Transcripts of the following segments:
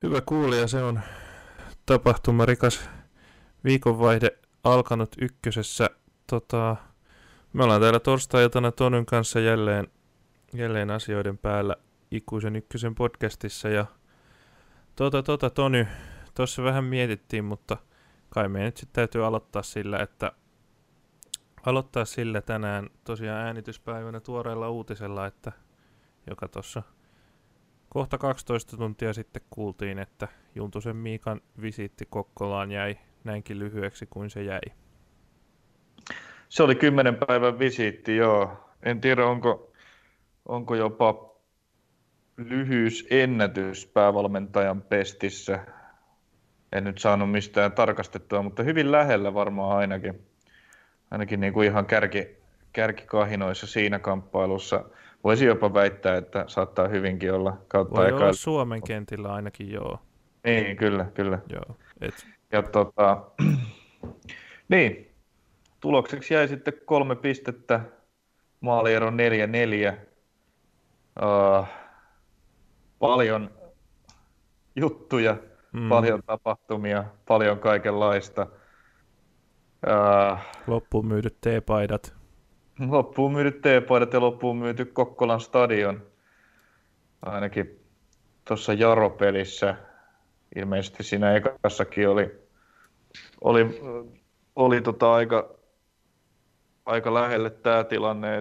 Hyvä kuulija, se on tapahtumarikas viikonvaihde alkanut ykkösessä. Me ollaan täällä torstai-iltana Tonyn kanssa jälleen asioiden päällä Ikuisen ykkösen podcastissa. Ja Tony, tuossa vähän mietittiin, mutta kai meidän nyt sitten täytyy aloittaa sillä tänään tosiaan äänityspäivänä tuoreella uutisella, että joka tuossa kohta 12 tuntia sitten kuultiin, että Juntusen Miikan visiitti Kokkolaan jäi näinkin lyhyeksi kuin se jäi. Se oli 10 päivän visiitti, joo. En tiedä, onko jopa lyhyysennätys päävalmentajan pestissä. En nyt saanut mistään tarkastettua, mutta hyvin lähellä varmaan ainakin niin kuin ihan kärkikahinoissa siinä kamppailussa. Voisi jopa väittää, että saattaa hyvinkin olla kautta Voi olla Suomen kentillä ainakin, joo. Niin, kyllä. Joo, Ja niin, tulokseksi jäi sitten 3 pistettä, maaliero 4-4. Paljon juttuja, paljon tapahtumia, paljon kaikenlaista. Loppuun myydyt teepaidat. Loppuun myydyt teepaidat ja loppuun myyty Kokkolan stadion. Ainakin tuossa Jaro-pelissä, ilmeisesti siinä ekassakin oli aika lähelle tämä tilanne.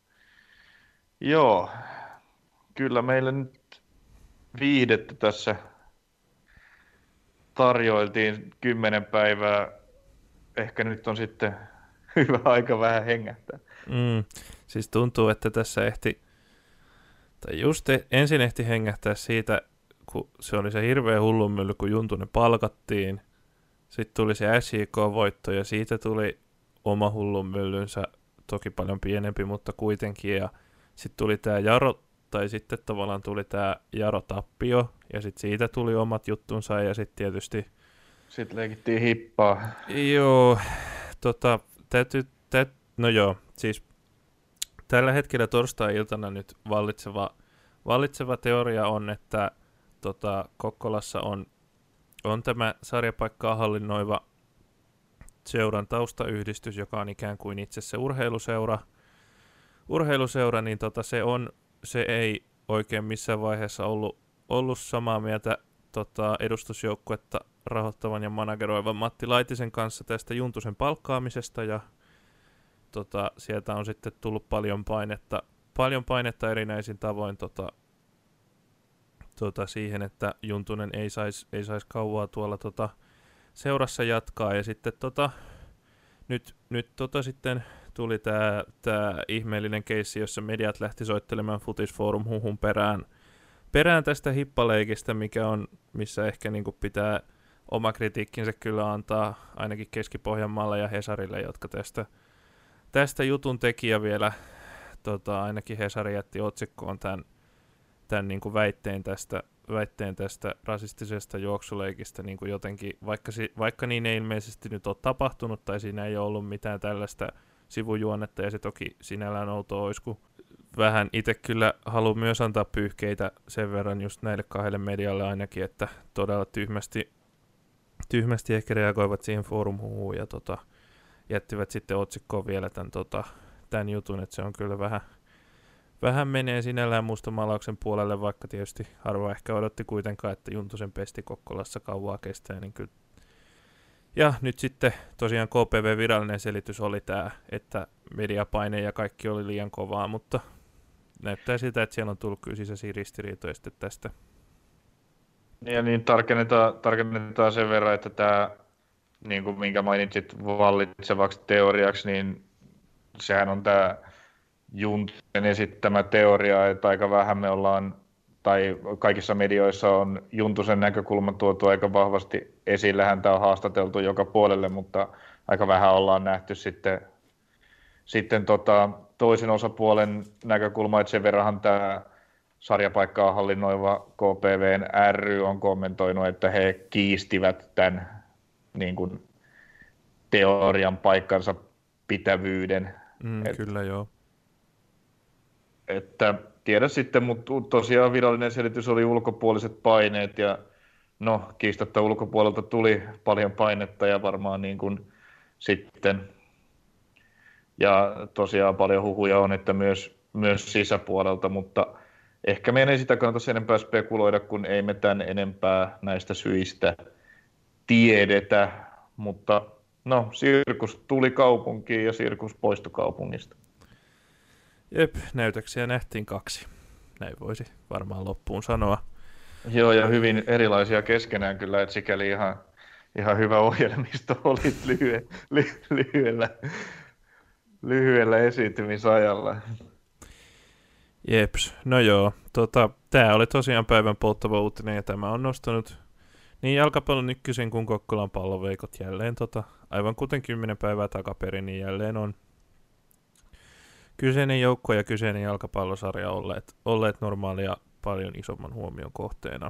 Joo, kyllä meille nyt viihdettä tässä tarjoiltiin 10 päivää. Ehkä nyt on sitten hyvä aika vähän hengähtää. Siis tuntuu, että tässä ensin ehti hengähtää siitä, kun se oli se hirveä hullunmylly, kun Juntunen palkattiin. Sitten tuli se SJK-voitto ja siitä tuli oma hullunmyllynsä, toki paljon pienempi, mutta kuitenkin. Ja sitten tuli tämä sitten tavallaan tuli tämä Jaro-tappio ja sitten siitä tuli omat juttunsa ja sitten tietysti... Sitten leikittiin hippaa. Joo, no joo, siis tällä hetkellä torstai-iltana nyt vallitseva teoria on, että Kokkolassa on tämä sarjapaikkaa hallinnoiva seuran taustayhdistys, joka on ikään kuin itse se urheiluseura, niin se ei oikein missään vaiheessa ollut samaa mieltä edustusjoukkuetta rahoittavan ja manageroivan Matti Laitisen kanssa tästä Juntusen palkkaamisesta, ja sieltä on sitten tullut paljon painetta erinäisin tavoin siihen, että Juntunen ei sais kauaa tuolla seurassa jatkaa, ja sitten nyt sitten tuli tää ihmeellinen keissi, jossa mediat lähti soittelemaan Futisforum huhun perään tästä hippaleikistä, missä ehkä niinku pitää oma kritiikkinsä kyllä antaa ainakin Keski-Pohjanmaalle ja Hesarille, jotka tästä jutun tekijä vielä, ainakin Hesari jätti otsikkoon tämän niin kuin väitteen tästä rasistisesta juoksuleikistä niin kuin jotenkin, vaikka niin ei ilmeisesti nyt ole tapahtunut tai siinä ei ole ollut mitään tällaista sivujuonnetta, ja se toki sinällään outoa olisi, kun vähän itse kyllä haluan myös antaa pyyhkeitä sen verran just näille kahdelle medialle ainakin, että todella tyhmästi ehkä reagoivat siihen foorumhuhuun ja jättivät sitten otsikkoon vielä tämän jutun, että se on kyllä vähän menee sinällään mustamaalauksen puolelle, vaikka tietysti harva ehkä odotti kuitenkaan, että Juntusen pesti Kokkolassa kauaa kestää, niin kyllä. Ja nyt sitten tosiaan KPV-virallinen selitys oli tämä, että mediapaine ja kaikki oli liian kovaa, mutta näyttää siltä, että siellä on tullut kyllä sisäisiä ristiriitoja sitten tästä. Ja niin tarkennetaan sen verran, että tämä, niin kuin minkä mainitsit vallitsevaksi teoriaksi, niin sehän on tämä Juntusen esittämä teoria, että aika vähän me ollaan, tai kaikissa medioissa on Juntusen näkökulma tuotu aika vahvasti esille. Tämä on haastateltu joka puolelle, mutta aika vähän ollaan nähty sitten toisen osapuolen näkökulma, että sen verranhan tämä sarjapaikkaa hallinnoiva KPVn ry on kommentoinut, että he kiistivät tämän niin kuin teorian paikkansa pitävyyden. Kyllä joo. Että tiedä sitten, mutta tosiaan virallinen selitys oli ulkopuoliset paineet, ja no kiistatta ulkopuolelta tuli paljon painetta ja varmaan niin kuin sitten, ja tosiaan paljon huhuja on, että myös sisäpuolelta, mutta ehkä meidän ei sitä kannata enempää spekuloida, kun ei me tämän enempää näistä syistä tiedetä, mutta no, sirkus tuli kaupunkiin ja sirkus poistui kaupungista. Jep, näytöksiä nähtiin 2. Näin voisi varmaan loppuun sanoa. Joo, ja hyvin erilaisia keskenään kyllä, että sikäli ihan hyvä ohjelmisto oli lyhyellä esiintymisajalla. Jeps, no joo. Tämä oli tosiaan päivän polttava uutinen ja tämä on nostanut niin jalkapallon ykkösen kuin Kokkolan palloveikot jälleen aivan kuten 10 päivää takaperin, niin jälleen on kyseinen joukko ja kyseinen jalkapallosarja olleet normaalia paljon isomman huomion kohteena.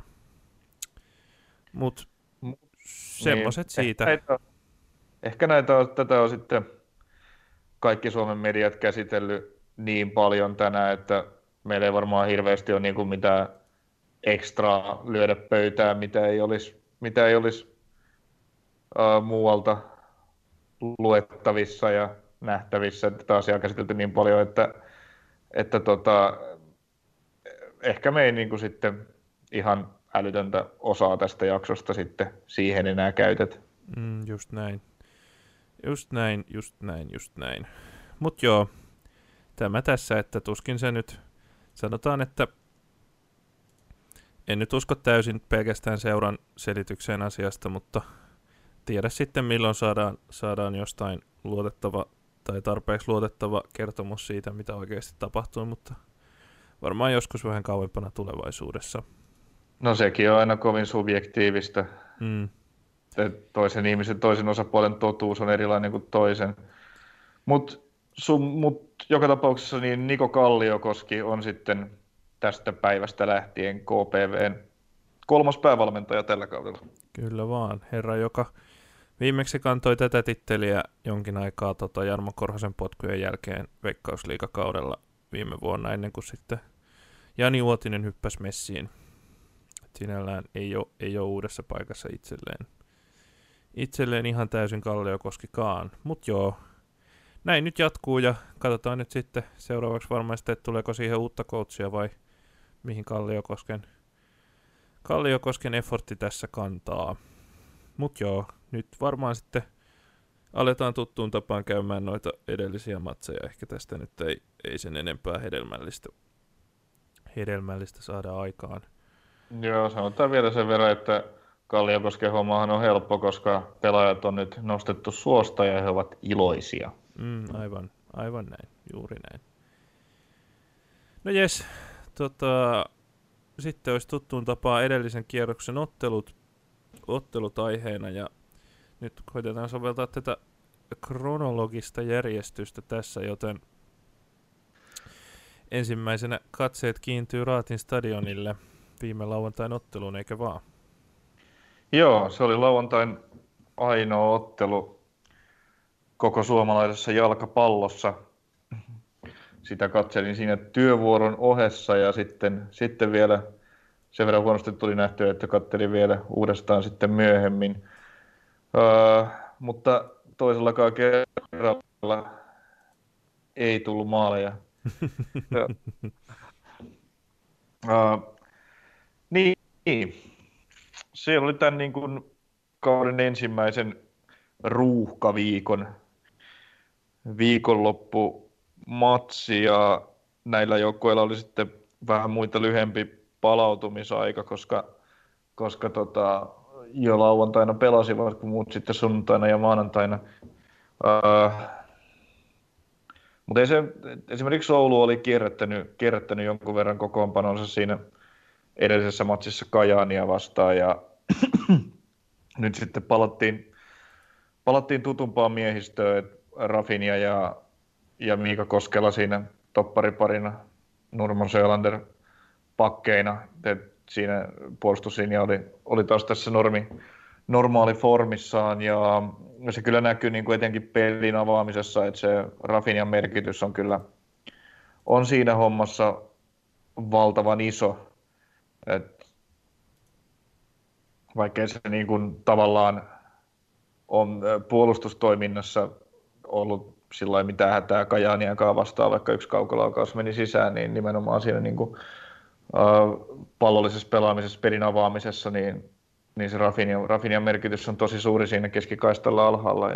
Mut semmoset niin, siitä. Ehkä tätä on sitten kaikki Suomen mediat käsitellyt niin paljon tänään, että meillä ei varmaan hirveästi ole niin kuin mitään ekstraa lyödä pöytään, mitä ei olisi muualta luettavissa ja nähtävissä. Tätä asiaa on käsitelty niin paljon, että ehkä me ei niin kuin sitten ihan älytöntä osaa tästä jaksosta sitten siihen enää käytetä. Just näin. Mut joo, tämä tässä, että tuskin se nyt, sanotaan, että en nyt usko täysin pelkästään seuran selitykseen asiasta, mutta tiedä sitten milloin saadaan jostain luotettava tai tarpeeksi luotettava kertomus siitä, mitä oikeasti tapahtui, mutta varmaan joskus vähän kauempana tulevaisuudessa. No sekin on aina kovin subjektiivista. Toisen ihmisen, toisen osapuolen totuus on erilainen kuin toisen. Mut joka tapauksessa niin Niko Kalliokoski on sitten tästä päivästä lähtien KPV:n 3. päävalmentaja tällä kaudella. Kyllä vaan, herra, joka viimeksi kantoi tätä titteliä jonkin aikaa Jarmo Korhosen potkujen jälkeen Veikkausliigakaudella viime vuonna, ennen kuin sitten Jani Uotinen hyppäsi messiin. Sinällään ei ole uudessa paikassa itselleen ihan täysin Kalliokoskikaan, mutta joo, näin nyt jatkuu ja katsotaan nyt sitten seuraavaksi varmaan sitten, että tuleeko siihen uutta coachia vai mihin Kalliokosken effortti tässä kantaa. Mut joo, nyt varmaan sitten aletaan tuttuun tapaan käymään noita edellisiä matseja. Ehkä tästä nyt ei sen enempää hedelmällistä saada aikaan. Joo, sanotaan vielä sen verran, että Kalliokosken hommahan on helppo, koska pelaajat on nyt nostettu suosta ja he ovat iloisia. Aivan näin, juuri näin. No jes, sitten olisi tuttuun tapaan edellisen kierroksen ottelut aiheena ja nyt koitetaan soveltaa tätä kronologista järjestystä tässä, joten ensimmäisenä katseet kiintyy Raatin stadionille viime lauantain otteluun, eikö vaan? Joo, se oli lauantain ainoa ottelu koko suomalaisessa jalkapallossa. Sitä katselin siinä työvuoron ohessa ja sitten vielä sen verran huonosti tuli nähtyä, että katselin vielä uudestaan sitten myöhemmin. Mutta toisellakaan kerralla ei tullut maaleja. Niin. Se oli tämän niin kuin kauden ensimmäisen viikonloppumatsi ja näillä joukkueilla oli sitten vähän muita lyhempi palautumisaika, koska jo lauantaina pelasivat, kun muut sitten sunnuntaina ja maanantaina. Mutta esimerkiksi Oulu oli kierrättänyt jonkun verran kokoonpanonsa siinä edellisessä matsissa Kajaania vastaan ja nyt sitten palattiin tutumpaan miehistöön, Rafinha ja Miika Koskela siinä toppariparina, Nurmo Sölander pakkeina. Siinä puolustuslinja oli taas tässä normaali formissaan ja se kyllä näkyy niin kuin etenkin pelin avaamisessa, että se Rafinhan merkitys on siinä hommassa valtavan iso. vaikkei se niin kuin tavallaan on puolustustoiminnassa ollut sillä lailla mitään hätää Kajaaniakaan vastaan, vaikka yksi kaukolaukaus meni sisään, niin nimenomaan siinä niin kuin, pallollisessa pelaamisessa, pelin avaamisessa, niin se Rafinhan merkitys on tosi suuri siinä keskikaistalla alhaalla.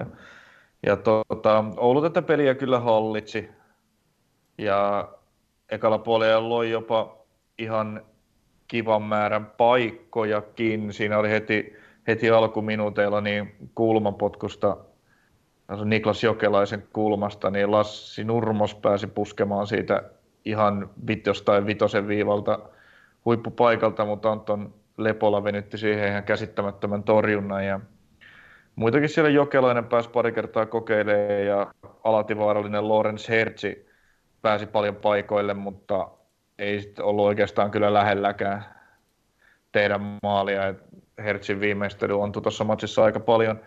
Oulu tätä peliä kyllä hallitsi ja ekalla puolella loi jopa ihan kivan määrän paikkojakin. Siinä oli heti alkuminuuteilla niin kulmapotkusta Niklas Jokelaisen kulmasta, niin Lassi Nurmos pääsi puskemaan siitä ihan jostain vitosen viivalta huippupaikalta, mutta Anton Lepola venytti siihen ihan käsittämättömän torjunnan. Ja muitakin siellä Jokelainen pääsi pari kertaa kokeilemaan ja alativaarallinen Lorenz Hertzi pääsi paljon paikoille, mutta ei sitten ollut oikeastaan kyllä lähelläkään tehdä maalia. Hertzin viimeistely ontui tuossa matsissa aika paljon.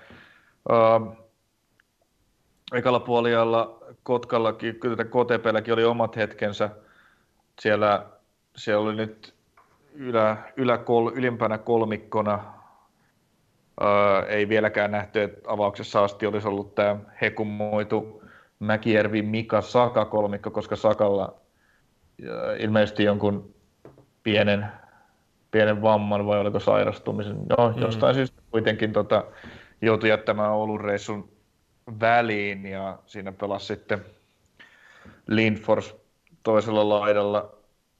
Ekalla puolella Kotkallakin, kyllä KTP:lläkin oli omat hetkensä. Siellä oli nyt ylimpänä kolmikkona. Ei vieläkään nähty, että avauksessa asti olisi ollut tämä hekumoitu Mäkijärvi Mika Saka kolmikko, koska Sakalla ilmeisesti jonkun pienen vamman vai oliko sairastumisen. Jostain syystä kuitenkin joutui jättämään Oulun reissun väliin ja siinä pelasi sitten Lindfors toisella laidalla.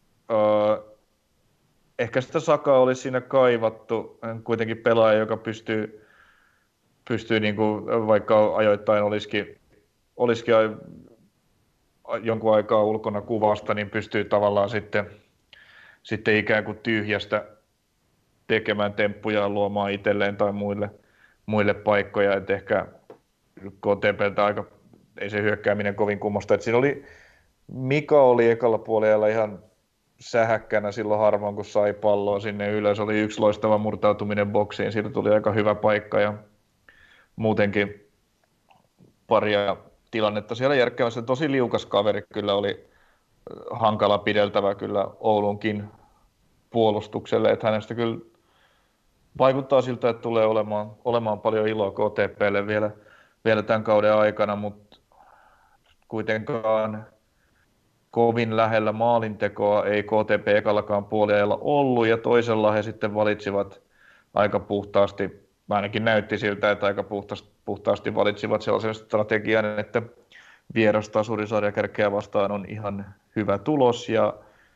Ehkä sitä Sakaa olisi siinä kaivattu. Hän kuitenkin pelaaja, joka pystyy niin kuin, vaikka ajoittain olisikin jonkun aikaa ulkona kuvasta, niin pystyy tavallaan sitten ikään kuin tyhjästä tekemään temppujaan, luomaan itselleen tai muille paikkoja. Et ehkä KTP:ltä aika, ei se hyökkääminen kovin kummosta. Et siinä Mika oli ekalla puolella ihan sähäkkänä silloin harvoin, kun sai palloa sinne ylös. Oli yksi loistava murtautuminen boksiin, siitä tuli aika hyvä paikka ja muutenkin paria tilannetta siellä järkkäämässä. Tosi liukas kaveri kyllä oli, hankala pideltävä kyllä Oulunkin puolustukselle, että hänestä kyllä vaikuttaa siltä, että tulee olemaan paljon iloa KTP:lle vielä tämän kauden aikana, mutta kuitenkaan kovin lähellä maalintekoa ei KTP ekallakaan puoliajalla ollut, ja toisella he sitten valitsivat aika puhtaasti, ainakin näytti siltä, että aika puhtaasti valitsivat sellaisen strategian, että vierastasuri-sarjakärkeä vastaan on ihan hyvä tulos, ja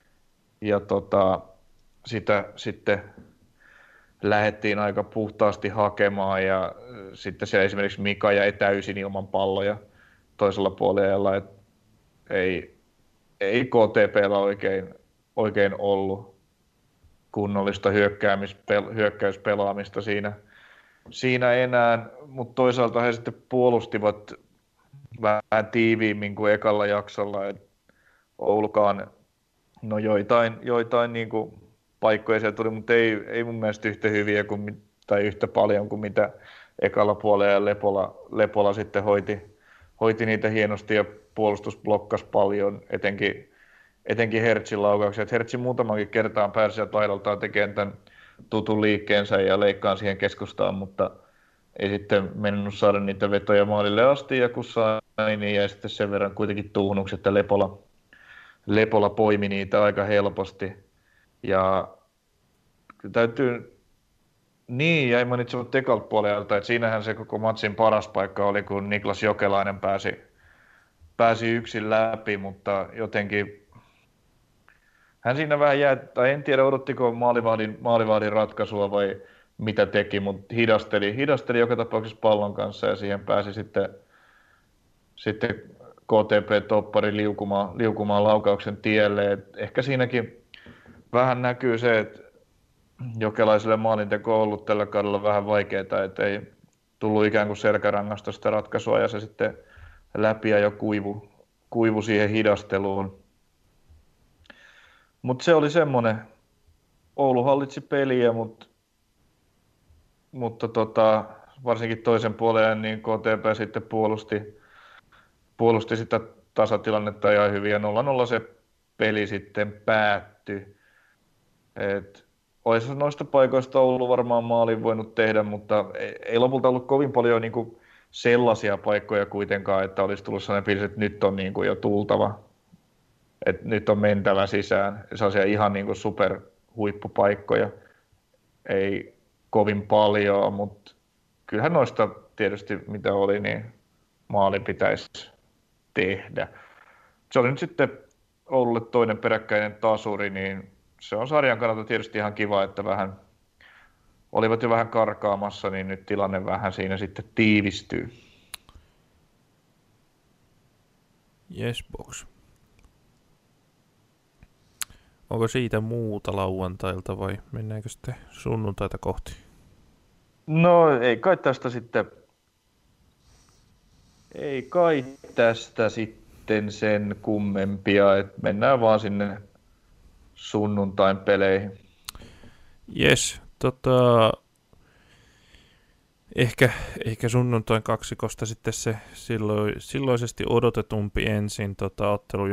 sitä sitten lähdettiin aika puhtaasti hakemaan, ja sitten siellä esimerkiksi Mika jäi täysin ilman palloja toisella puolella, että ei KTP:llä oikein ollut kunnollista hyökkäyspelaamista siinä enää, mutta toisaalta he sitten puolustivat vähän tiiviimmin kuin ekalla jaksolla, että Oulukaan, no joitain niin kuin paikkoja siellä tuli, mutta ei mun mielestä yhtä hyviä tai yhtä paljon kuin mitä ekalla puolella, ja Lepola sitten hoiti niitä hienosti ja puolustus blokkasi paljon, etenkin Hertzin laukauksia. Hertzi muutamankin kertaan pääsi sieltä laidaltaan tekemään tämän tutun liikkeensä ja leikkaan siihen keskustaan, mutta ei sitten mennyt saada niitä vetoja maalille asti, ja kun sai, niin jäi sitten sen verran kuitenkin tuhnuksi, että Lepola poimi niitä aika helposti. Ja täytyy, niin jäi mainitsemaan ekalta puolelta, että siinähän se koko matsin paras paikka oli, kun Niklas Jokelainen pääsi yksin läpi, mutta jotenkin hän siinä vähän jäi, tai en tiedä odottiko maalivahdin ratkaisua vai mitä teki, mutta hidasteli joka tapauksessa pallon kanssa ja siihen pääsi sitten KTP-toppari liukumaan laukauksen tielle. Et ehkä siinäkin vähän näkyy se, että Jokelaiselle maalinteko on ollut tällä kaudella vähän vaikeaa, että ei tullut ikään kuin selkärangasta sitä ratkaisua ja se sitten läpi ja jo kuivu siihen hidasteluun. Mutta se oli semmoinen, Oulu hallitsi peliä, mutta varsinkin toisen puolen niin KTP sitten puolusti sitä tasatilannetta ihan hyvin ja 0-0 se peli sitten päättyi. olisi noista paikoista Oulu varmaan maalin voinut tehdä, mutta ei lopulta ollut kovin paljon niin kuin sellaisia paikkoja kuitenkaan, että olisi tullut sellainen fiilis, että nyt on niin kuin jo tultava, että nyt on mentävä sisään. Sellaisia ihan niin kuin super huippupaikkoja ei kovin paljon, mutta kyllähän noista tietysti mitä oli, niin maali pitäisi tehdä. Se oli nyt sitten Oululle toinen peräkkäinen tasuri, niin se on sarjan kannalta tietysti ihan kiva, että olivat jo vähän karkaamassa, niin nyt tilanne vähän siinä sitten tiivistyy. Yes, box. Onko siitä muuta lauantailta vai mennäänkö sitten sunnuntaita kohti? No ei kai tästä sitten sen kummempia, että mennään vaan sinne sunnuntain peleihin. Jes, ehkä sunnuntain kaksikosta sitten se silloisesti odotetumpi ensin ottelu,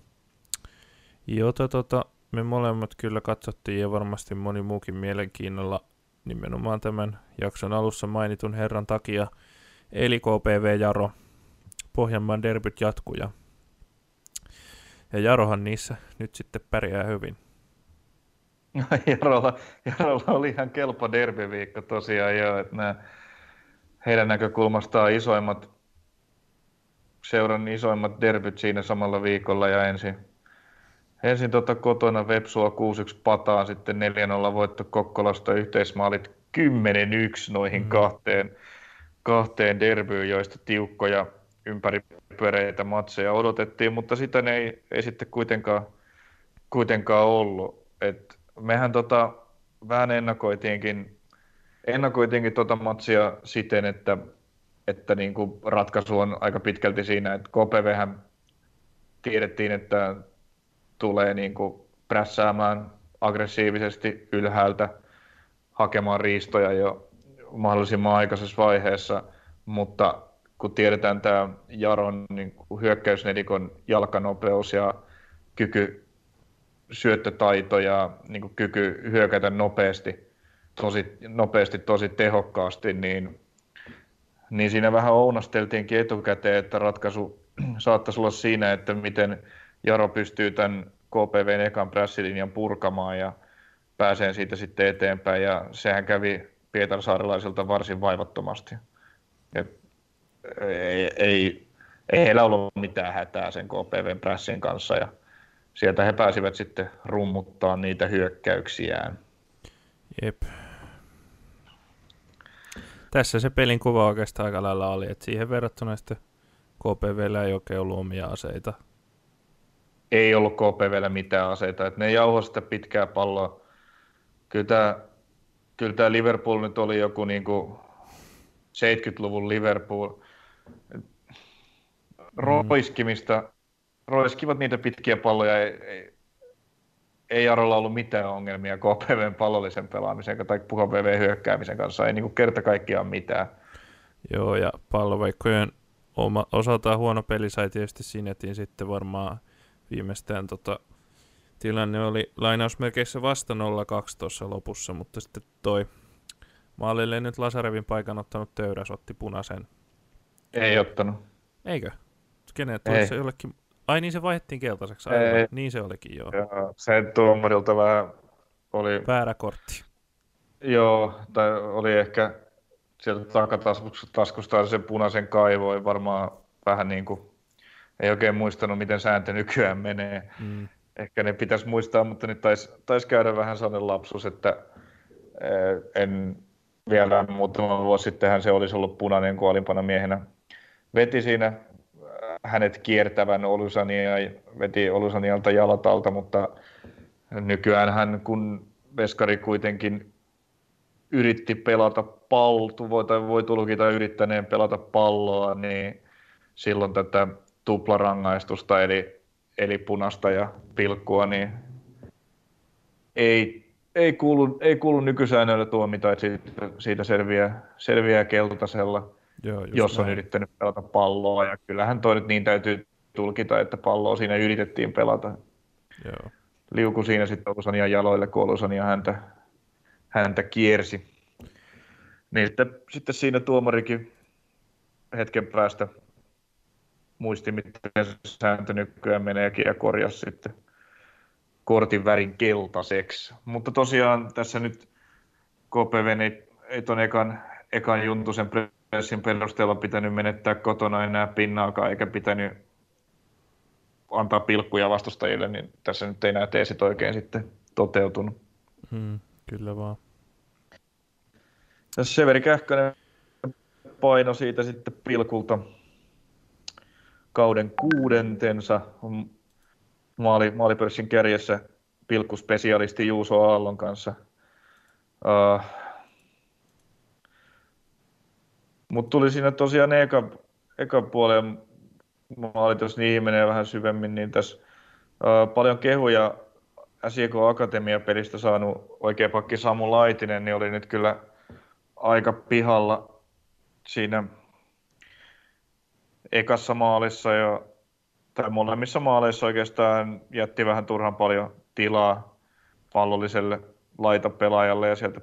jota me molemmat kyllä katsottiin ja varmasti moni muukin mielenkiinnolla nimenomaan tämän jakson alussa mainitun herran takia, eli KPV Jaro. Pohjanmaan derbyt jatkuu ja Jarohan niissä nyt sitten pärjää hyvin. Jarolla oli ihan kelpo derbyviikko tosiaan jo, että heidän näkökulmastaan seuran isoimmat derbyt siinä samalla viikolla ja ensin kotona Vepsua 6-1 pataan, sitten 4-0 voitto Kokkolasta, yhteismaalit 10-1 noihin kahteen derbyyn, joista tiukkoja ympäripyöreitä matseja odotettiin, mutta sitä ne ei sitten kuitenkaan ollut. Et mehän vähän ennakoitiinkin matsia siten, että niin kuin ratkaisu on aika pitkälti siinä, että KPVhän tiedettiin, että tulee niin kuin prässäämään aggressiivisesti ylhäältä, hakemaan riistoja jo mahdollisimman aikaisessa vaiheessa, mutta kun tiedetään tämä Jaron niin hyökkäysnelikon jalkanopeus ja kyky syöttötaito ja niin kuin kyky hyökätä nopeasti, tosi tehokkaasti, niin siinä vähän ounasteltiinkin etukäteen, että ratkaisu saattaisi olla siinä, että miten Jaro pystyy tämän KPVn ekan prässilinjan purkamaan ja pääsee siitä sitten eteenpäin, ja sehän kävi pietarsaarelaisilta varsin vaivattomasti. Ei heillä ollut mitään hätää sen KPVn prässin kanssa, ja sieltä he pääsivät sitten rummuttaa niitä hyökkäyksiään. Jep. Tässä se pelin kuva oikeastaan aika lailla oli, että siihen verrattuna sitten KPVllä ei oikein ollut omia aseita. Ei ollut KPVllä mitään aseita, että ne jauhoi sitä pitkää palloa. Kyllä tämä Liverpool nyt oli joku niinku 70-luvun Liverpool. Roiskivat niitä pitkiä palloja. Ei Jarolla ollut mitään ongelmia KPVn pallollisen pelaamisen tai KPVn hyökkäämisen kanssa. Ei niinku kerta kaikkiaan mitään. Joo, ja palloveikkojen osaltaan huono peli sai tietysti sinetin sitten varmaan viimeistään tilanne oli lainausmerkeissä vasta 0-2 tuossa lopussa, mutta sitten toi maalille nyt Lasarevin paikan ottanut Töyräs otti punaisen. Ei ottanut. Eikö? Kenet se jollekin? Ai niin, se vaihdettiin keltaiseksi. Aivan. Niin se olikin, joo. Se tuomarilta vähän oli... Väärä kortti. Joo, tai oli ehkä sieltä takataskusta sen punaisen kaivoi, varmaan vähän niin kuin ei oikein muistanut, miten sääntö nykyään menee. Ehkä ne pitäisi muistaa, mutta nyt taisi käydä vähän sellainen lapsus, että en vielä muutama vuosi sittenhän se olisi ollut punainen, kun alimpana miehenä veti siinä hänet kiertävän Olusania ja veti Olusanialta jalat alta, mutta nykyään hän, kun veskari kuitenkin yritti pelata voi tulkita yrittäneen pelata palloa, niin silloin tätä tuplarangaistusta eli punasta ja pilkkua, niin ei kuulu nykysäännöillä tuomita, että siitä selviää keltaisella, jos on yrittänyt pelata palloa. Ja kyllähän toi nyt niin täytyy tulkita, että palloa siinä yritettiin pelata. Joo. Liuku siinä sitten Olusanian jaloille, kun Olusania häntä kiersi. Niin sitten siinä tuomarikin hetken päästä muisti, miten se sääntö nykyään meneekin ja korjasi sitten kortin värin keltaiseksi. Mutta tosiaan tässä nyt KPV ei ton ekan Juntusen pressin perusteella pitänyt menettää kotona enää pinnaakaan, eikä pitänyt antaa pilkkuja vastustajille, niin tässä nyt ei nämä teesit oikein sitten toteutunut. Kyllä vaan. Tässä Severi Kähkönen paino siitä sitten pilkulta kauden 6. Maalipörssin kärjessä pilkkuspesialisti Juuso Aallon kanssa. Mutta tuli siinä tosiaan eka puolen maalit, jos niihin menee vähän syvemmin, niin tässä paljon kehuja SJK Akatemia-pelistä saanut oikea pakki Samu Laitinen, niin oli nyt kyllä aika pihalla siinä ekassa maalissa tai molemmissa maaleissa oikeastaan jätti vähän turhan paljon tilaa pallolliselle laitapelaajalle ja sieltä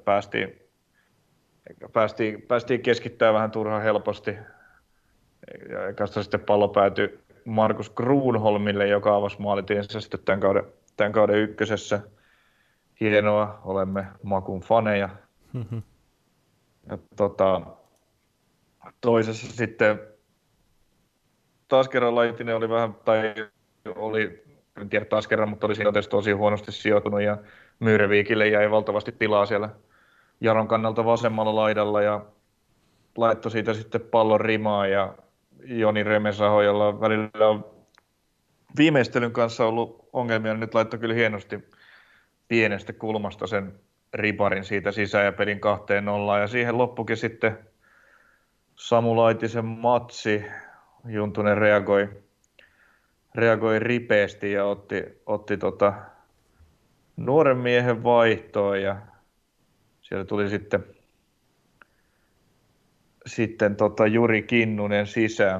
päästiin keskittämään vähän turhan helposti. Ja ekasta sitten pallo päätyi Markus Kruunholmille, joka avasi maalitiensä sitten tämän kauden ykkösessä. Hienoa, olemme Makun faneja. Ja toisessa sitten taas kerran Laitinen oli vähän, en tiedä taas kerran, mutta oli siinä tosi huonosti sijoitunut ja Myyreviikille jäi valtavasti tilaa siellä Jaron kannalta vasemmalla laidalla ja laittoi siitä sitten pallon rimaan ja Joni Remesaho, jolla on välillä on viimeistelyn kanssa ollut ongelmia, niin nyt laittoi kyllä hienosti pienestä kulmasta sen riparin siitä sisään ja pelin 2-0 ja siihen loppukin sitten Samu Laitisen matsi. Juntunen reagoi ripeästi ja otti nuoren miehen vaihtoon ja siellä tuli sitten Juri Kinnunen sisään.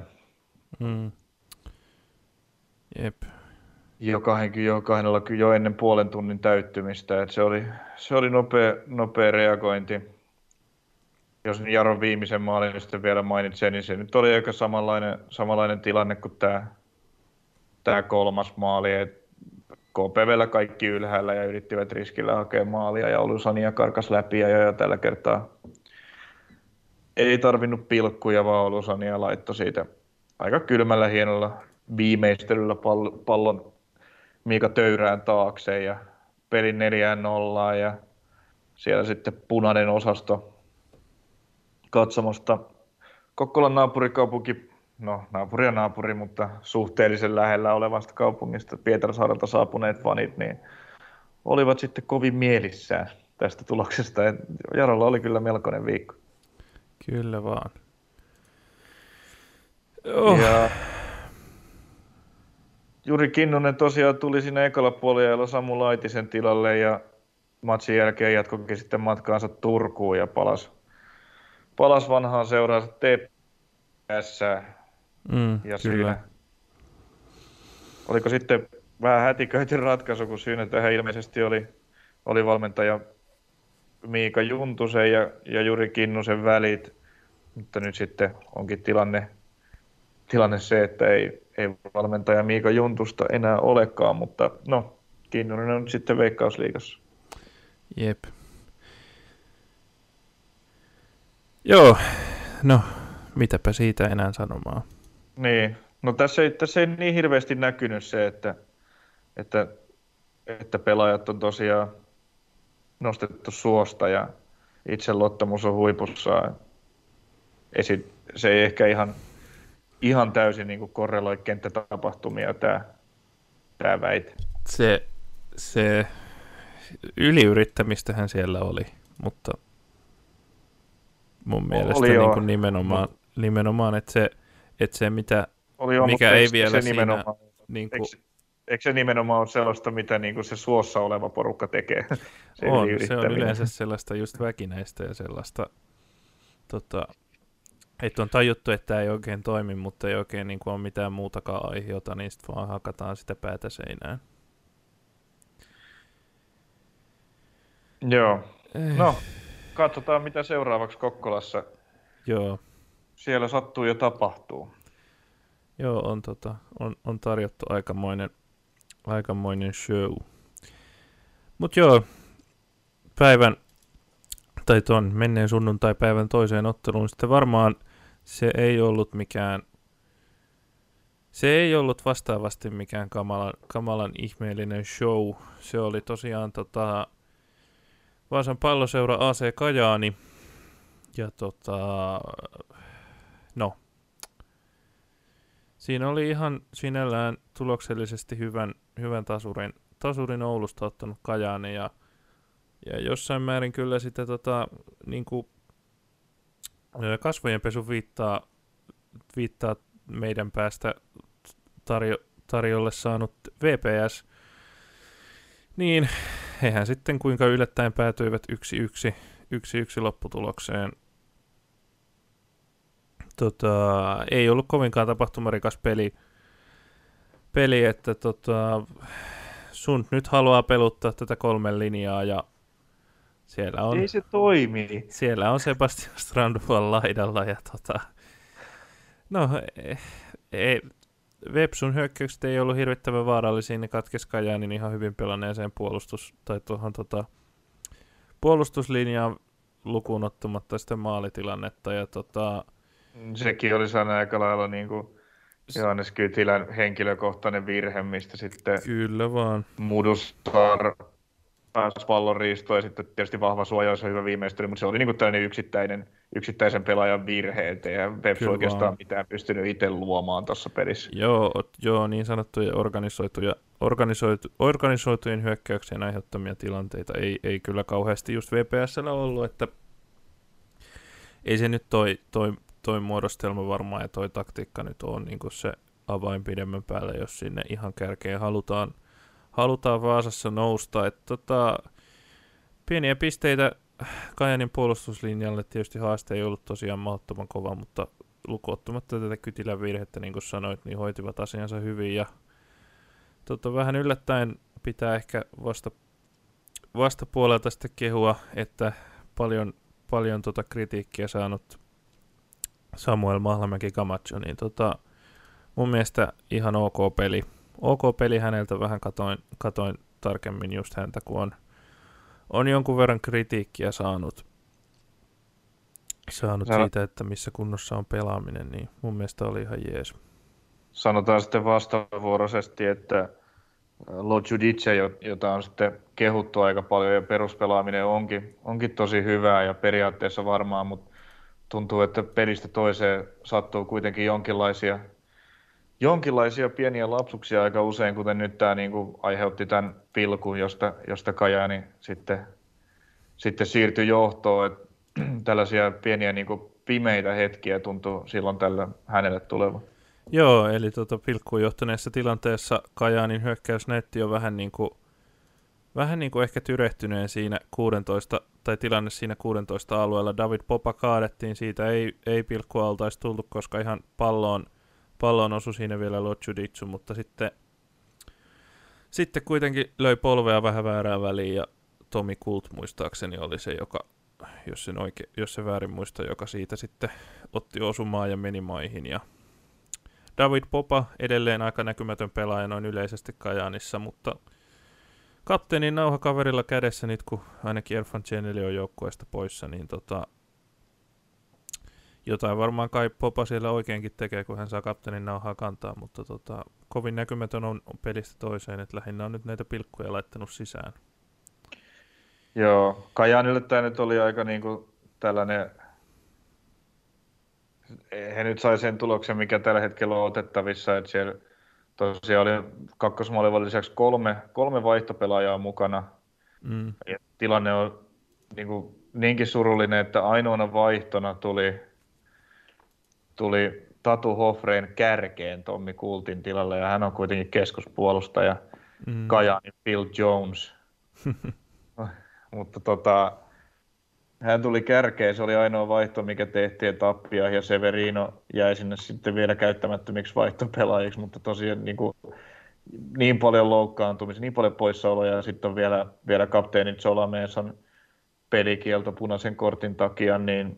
Jep. Jokainella jo ennen puolen tunnin täyttymistä. Et se oli nopea reagointi. Jos Jaron viimeisen maalin sitten vielä mainitsen, niin se nyt oli aika samanlainen tilanne kuin tämä kolmas maali. KPV:llä kaikki ylhäällä ja yrittivät riskillä hakea maalia ja Olusania karkas läpi ja tällä kertaa ei tarvinnut pilkkuja, vaan Olusania laittoi siitä aika kylmällä hienolla viimeistelyllä pallon Miika Töyrään taakse ja pelin 4-0 ja siellä sitten punainen osasto katsomosta Kokkolan naapurikaupunki, naapuri ja naapuri, mutta suhteellisen lähellä olevasta kaupungista Pietarsaarelta saapuneet fanit, niin olivat sitten kovin mielissään tästä tuloksesta. Jarolla oli kyllä melkoinen viikko. Kyllä vaan. Ja Juri Kinnunen tosiaan tuli siinä ekalla puolella Samu Laitisen tilalle ja matsin jälkeen jatkoikin sitten matkaansa Turkuun ja palasi vanhaan seuraansa TPS. Ja siinä oliko sitten vähän hätiköity ratkaisu, kun syynä tähän ilmeisesti oli valmentaja Miika Juntusen ja Juri Kinnusen välit, mutta nyt sitten onkin tilanne se, että ei valmentaja Miika Juntusta enää olekaan, mutta Kinnunen on nyt sitten Veikkausliigassa. Jep. Joo, mitäpä siitä enää sanomaan. Niin, tässä ei niin hirveästi näkynyt se, että pelaajat on tosiaan nostettu suosta ja itseluottamus on huipussaan. Se ei ehkä ihan täysin niin kuin korreloi kenttätapahtumia tämä väite. Se yliyrittämistähän siellä oli, mutta mun mielestä niin kuin nimenomaan, että se mikä ei vielä siinä... Niin kuin, eikö se nimenomaan ole sellaista, mitä niin kuin se suossa oleva porukka tekee? Se on yleensä sellaista just väkinäistä ja sellaista, että on tajuttu, että tämä ei oikein toimi, mutta ei oikein niin kuin ole mitään muutakaan aiheota, niin sitten vaan hakataan sitä päätä seinään. Joo. Eh, No, katsotaan mitä seuraavaksi Kokkolassa. joo, Siellä sattuu ja tapahtuu. joo on tarjottu aikamoinen show. Mut joo, päivän tai tuon menneen sunnuntai-päivän toiseen otteluun sitten varmaan se ei ollut vastaavasti mikään kamalan ihmeellinen show. Se oli tosiaan Vaasan palloseura AC Kajaani. Ja no, siinä oli ihan sinällään tuloksellisesti hyvän tasurin Oulusta ottanut Kajaani ja jossain määrin kyllä sitten niinku, kasvojenpesu viittaa meidän päästä tarjolle saanut VPS, niin hehän sitten kuinka yllättäen päätyivät 1-1 lopputulokseen. Ei ollut kovinkaan tapahtumarikas peli että Sund nyt haluaa peluttaa tätä 3 linjaa ja Ei se toimi. siellä on Sebastian Strandval laidalla ja no Vepsun hyökkäykset ei ollut hirvittävän vaarallisia, ne katkesi Kajaanin ihan hyvin pelanneeseen puolustuslinjaan lukuun ottamatta sitä maalitilannetta ja Sekin oli sana aika lailla niin kuin Johannes Kytilän henkilökohtainen virhe, mistä sitten kyllä vaan. Mudustar pääsi pallon riistoon ja sitten tietysti vahva suojaus ja hyvä viimeistely, mutta se oli niin kuin tällainen yksittäisen pelaajan virhe, ettei Veps oikeastaan mitään pystynyt itse luomaan tuossa pelissä. Joo, niin sanottuja organisoitujen hyökkäyksien aiheuttamia tilanteita ei kyllä kauheasti just VPS:llä ollut, että ei se nyt toi muodostelma varmaan ja toi taktiikka nyt on niin kuin se avain pidemmän päälle, jos sinne ihan kärkeen halutaan Vaasassa nousta. Pieniä pisteitä Kajaanin puolustuslinjalle, tietysti haaste ei ollut tosiaan mahdottoman kova, mutta lukuottamatta tätä Kytilän virhettä, niin kuin sanoit, niin hoitivat asiansa hyvin. Ja vähän yllättäen pitää ehkä vastapuolelta sitten kehua, että paljon kritiikkiä saanut Samuel Mahlamäki Camacho, niin mun mielestä ihan ok peli häneltä, vähän katoin tarkemmin just häntä, kun on jonkun verran kritiikkiä saanut siitä, että missä kunnossa on pelaaminen, niin mun mielestä oli ihan jees. Sanotaan sitten vastavuoroisesti, että Lo Giudice, jota on sitten kehuttu aika paljon ja peruspelaaminen onkin tosi hyvää ja periaatteessa varmaan, mutta tuntuu, että pelistä toiseen sattuu kuitenkin jonkinlaisia pieniä lapsuksia aika usein, kuten nyt tämä niinku aiheutti tämän pilkun, josta Kajaani sitten siirtyi johtoon. Et tällaisia pieniä niinku pimeitä hetkiä tuntuu silloin tällä hänelle tulevan. Joo, eli pilkkuun johtaneessa tilanteessa Kajaanin hyökkäys näytti jo vähän niin kuin ehkä tyrehtyneen siinä 16, tai tilanne siinä 16 alueella. David Popa kaadettiin, siitä ei pilkkua oltaisi tullut, koska ihan palloon osui siinä vielä Lo Giudice, mutta sitten kuitenkin löi polvea vähän väärään väliin ja Tomi Kult muistaakseni oli se, joka, jos se väärin muista, joka siitä sitten otti osumaan ja meni maihin. Ja David Popa edelleen aika näkymätön pelaaja noin yleisesti Kajaanissa, mutta kapteenin nauha kaverilla kädessä nyt, kun ainakin Erfan Ceneli on joukkueesta poissa, niin jotain varmaan kai Popa siellä oikeinkin tekee, kun hän saa kapteenin nauhaa kantaa, mutta kovin näkymätön on pelistä toiseen, että lähinnä on nyt näitä pilkkuja laittanut sisään. Joo, Kajaanille tämä nyt oli aika niinku tällainen, he nyt sai sen tuloksen, mikä tällä hetkellä on otettavissa, että siellä tosiaan oli kakkosmaalivan lisäksi kolme vaihtopelaajaa mukana. Ja tilanne on niinkin surullinen, että ainoana vaihtona tuli Tatu Hofrein kärkeen Tommi Kultin tilalle, ja hän on kuitenkin keskuspuolustaja, Kajaanin Phil Jones. Mutta hän tuli kärkeen, se oli ainoa vaihto, mikä tehtiin, Tappia ja Severino jäi sinne sitten vielä käyttämättömiksi vaihtopelaajiksi, mutta tosiaan niin paljon loukkaantumisia, niin paljon poissaoloja, ja sitten on vielä kapteeni Jola Mason pelikielto punaisen kortin takia, niin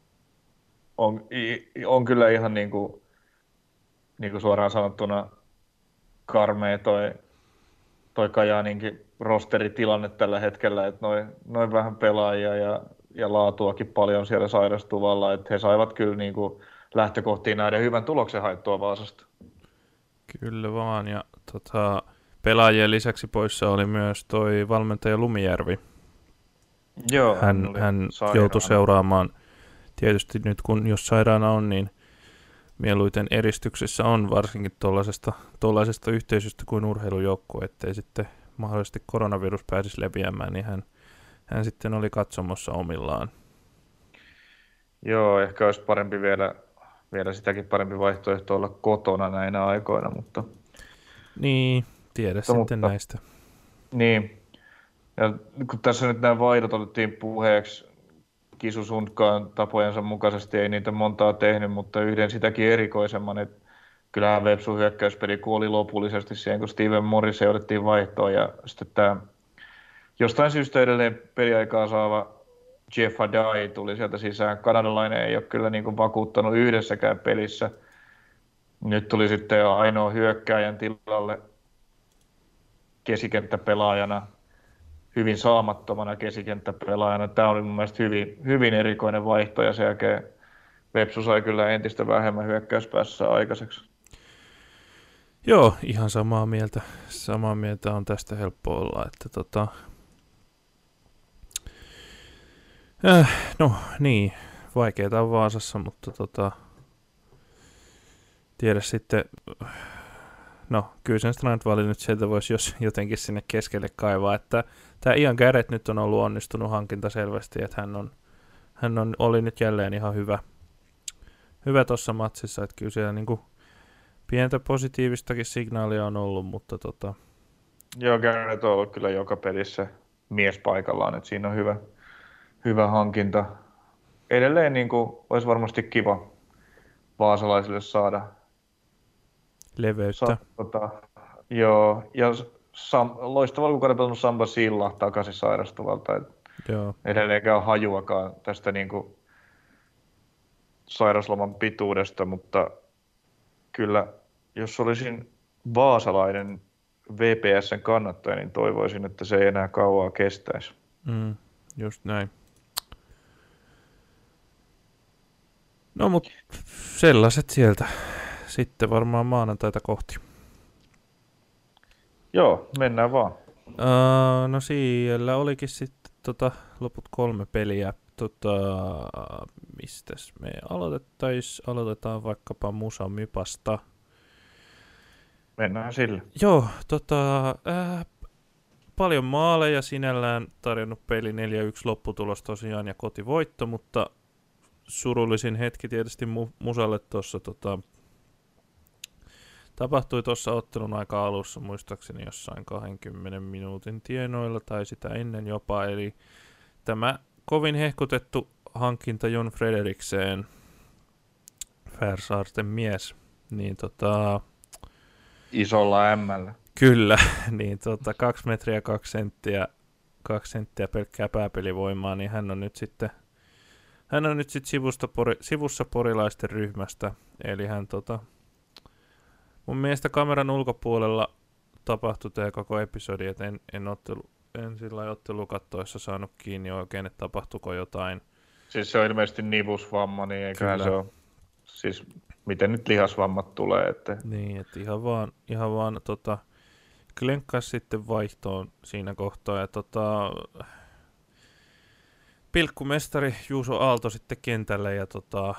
on kyllä ihan niin kuin suoraan sanottuna karmea toi Kajaaninkin rosteritilanne tällä hetkellä, että noin vähän pelaajia ja laatuakin paljon siellä sairastuvalla, että he saivat kyllä niin kuin lähtökohtiin näiden hyvän tuloksen haettua Vaasasta. Kyllä vaan, ja pelaajien lisäksi poissa oli myös toi valmentaja Lumijärvi. Joo, Hän joutui seuraamaan, tietysti nyt kun jos sairaana on, niin mieluiten eristyksessä on varsinkin tuollaisesta yhteisöstä kuin urheilujoukkue, ettei sitten mahdollisesti koronavirus pääsisi leviämään, niin hän sitten oli katsomossa omillaan. Joo, ehkä olisi parempi vielä sitäkin parempi vaihtoehto olla kotona näinä aikoina, mutta... Niin, tiedä sitten näistä. Niin, ja kun tässä nyt nämä vaihdot otettiin puheeksi, Kisu Sundkaan tapojensa mukaisesti ei niitä montaa tehnyt, mutta yhden sitäkin erikoisemman, että kyllähän Vepsun hyökkäyspeli kuoli lopullisesti siihen, kun Steven Morris jouduttiin vaihtoon ja sitten tämä jostain syystä edelleen peliaikaa saava Jeff Hadai tuli sieltä sisään. Kanadalainen ei ole kyllä niin kuin vakuuttanut yhdessäkään pelissä. Nyt tuli sitten jo ainoa hyökkääjän tilalle keskikenttäpelaajana, hyvin saamattomana keskikenttäpelaajana. Tämä oli mun mielestä hyvin erikoinen vaihto ja sen jälkeen Vepsu sai kyllä entistä vähemmän hyökkäyspäässä aikaiseksi. Joo, ihan samaa mieltä. Samaa mieltä on tästä helppo olla, että no niin, vaikeeta on Vaasassa, mutta tiedä sitten, no kyllä sen Strandvalli nyt sieltä voisi jos jotenkin sinne keskelle kaivaa, että tämä Ian Garrett nyt on ollut onnistunut hankinta selvästi, että oli nyt jälleen ihan hyvä tuossa matsissa, että kyllä siellä niinku pientä positiivistakin signaalia on ollut, mutta Joo, Garrett on ollut kyllä joka pelissä mies paikallaan, että siinä on hyvä hankinta. Edelleen niin kuin, olisi varmasti kiva vaasalaisille saada leveyttä. Joo, ja loistavalla kukaan pelannut Samba Silla takaisin sairastuvalta. Joo. Edelleenkään hajuakaan tästä niin kuin sairasloman pituudesta, mutta kyllä jos olisin vaasalainen VPS:n kannattaja, niin toivoisin, että se ei enää kauaa kestäisi. Just näin. No mut sellaiset sieltä. Sitten varmaan maanantaita kohti. Joo, mennään vaan. No siellä olikin sitten loput 3 peliä. Mistäs me aloitetaan vaikkapa Musa Mypasta. Mennään sille. Joo, paljon maaleja sinällään tarjonnut peli 4-1 lopputulos tosiaan ja kotivoitto, mutta surullisin hetki tietysti Musalle tuossa tapahtui tuossa ottelun aika alussa muistaakseni jossain 20 minuutin tienoilla tai sitä ennen jopa, eli tämä kovin hehkutettu hankinta Jon Frederiksen, Färsaarten mies, niin isolla M:llä. Kyllä, niin 2 metriä 2 senttiä pelkkää pääpelivoimaa, niin hän on nyt sitten sivussa porilaisten ryhmästä, eli hän mun mielestä kameran ulkopuolella tapahtui tämä koko episodi, että en sillä ottelukattoissa saanut kiinni oikein, että tapahtuiko jotain. Siis se on ilmeisesti nivusvamma, niin eiköhän se ole, siis miten nyt lihasvammat tulee. Että... Niin, että ihan vaan klenkkas sitten vaihtoon siinä kohtaa, ja pilkkumestari Juuso Aalto sitten kentälle, ja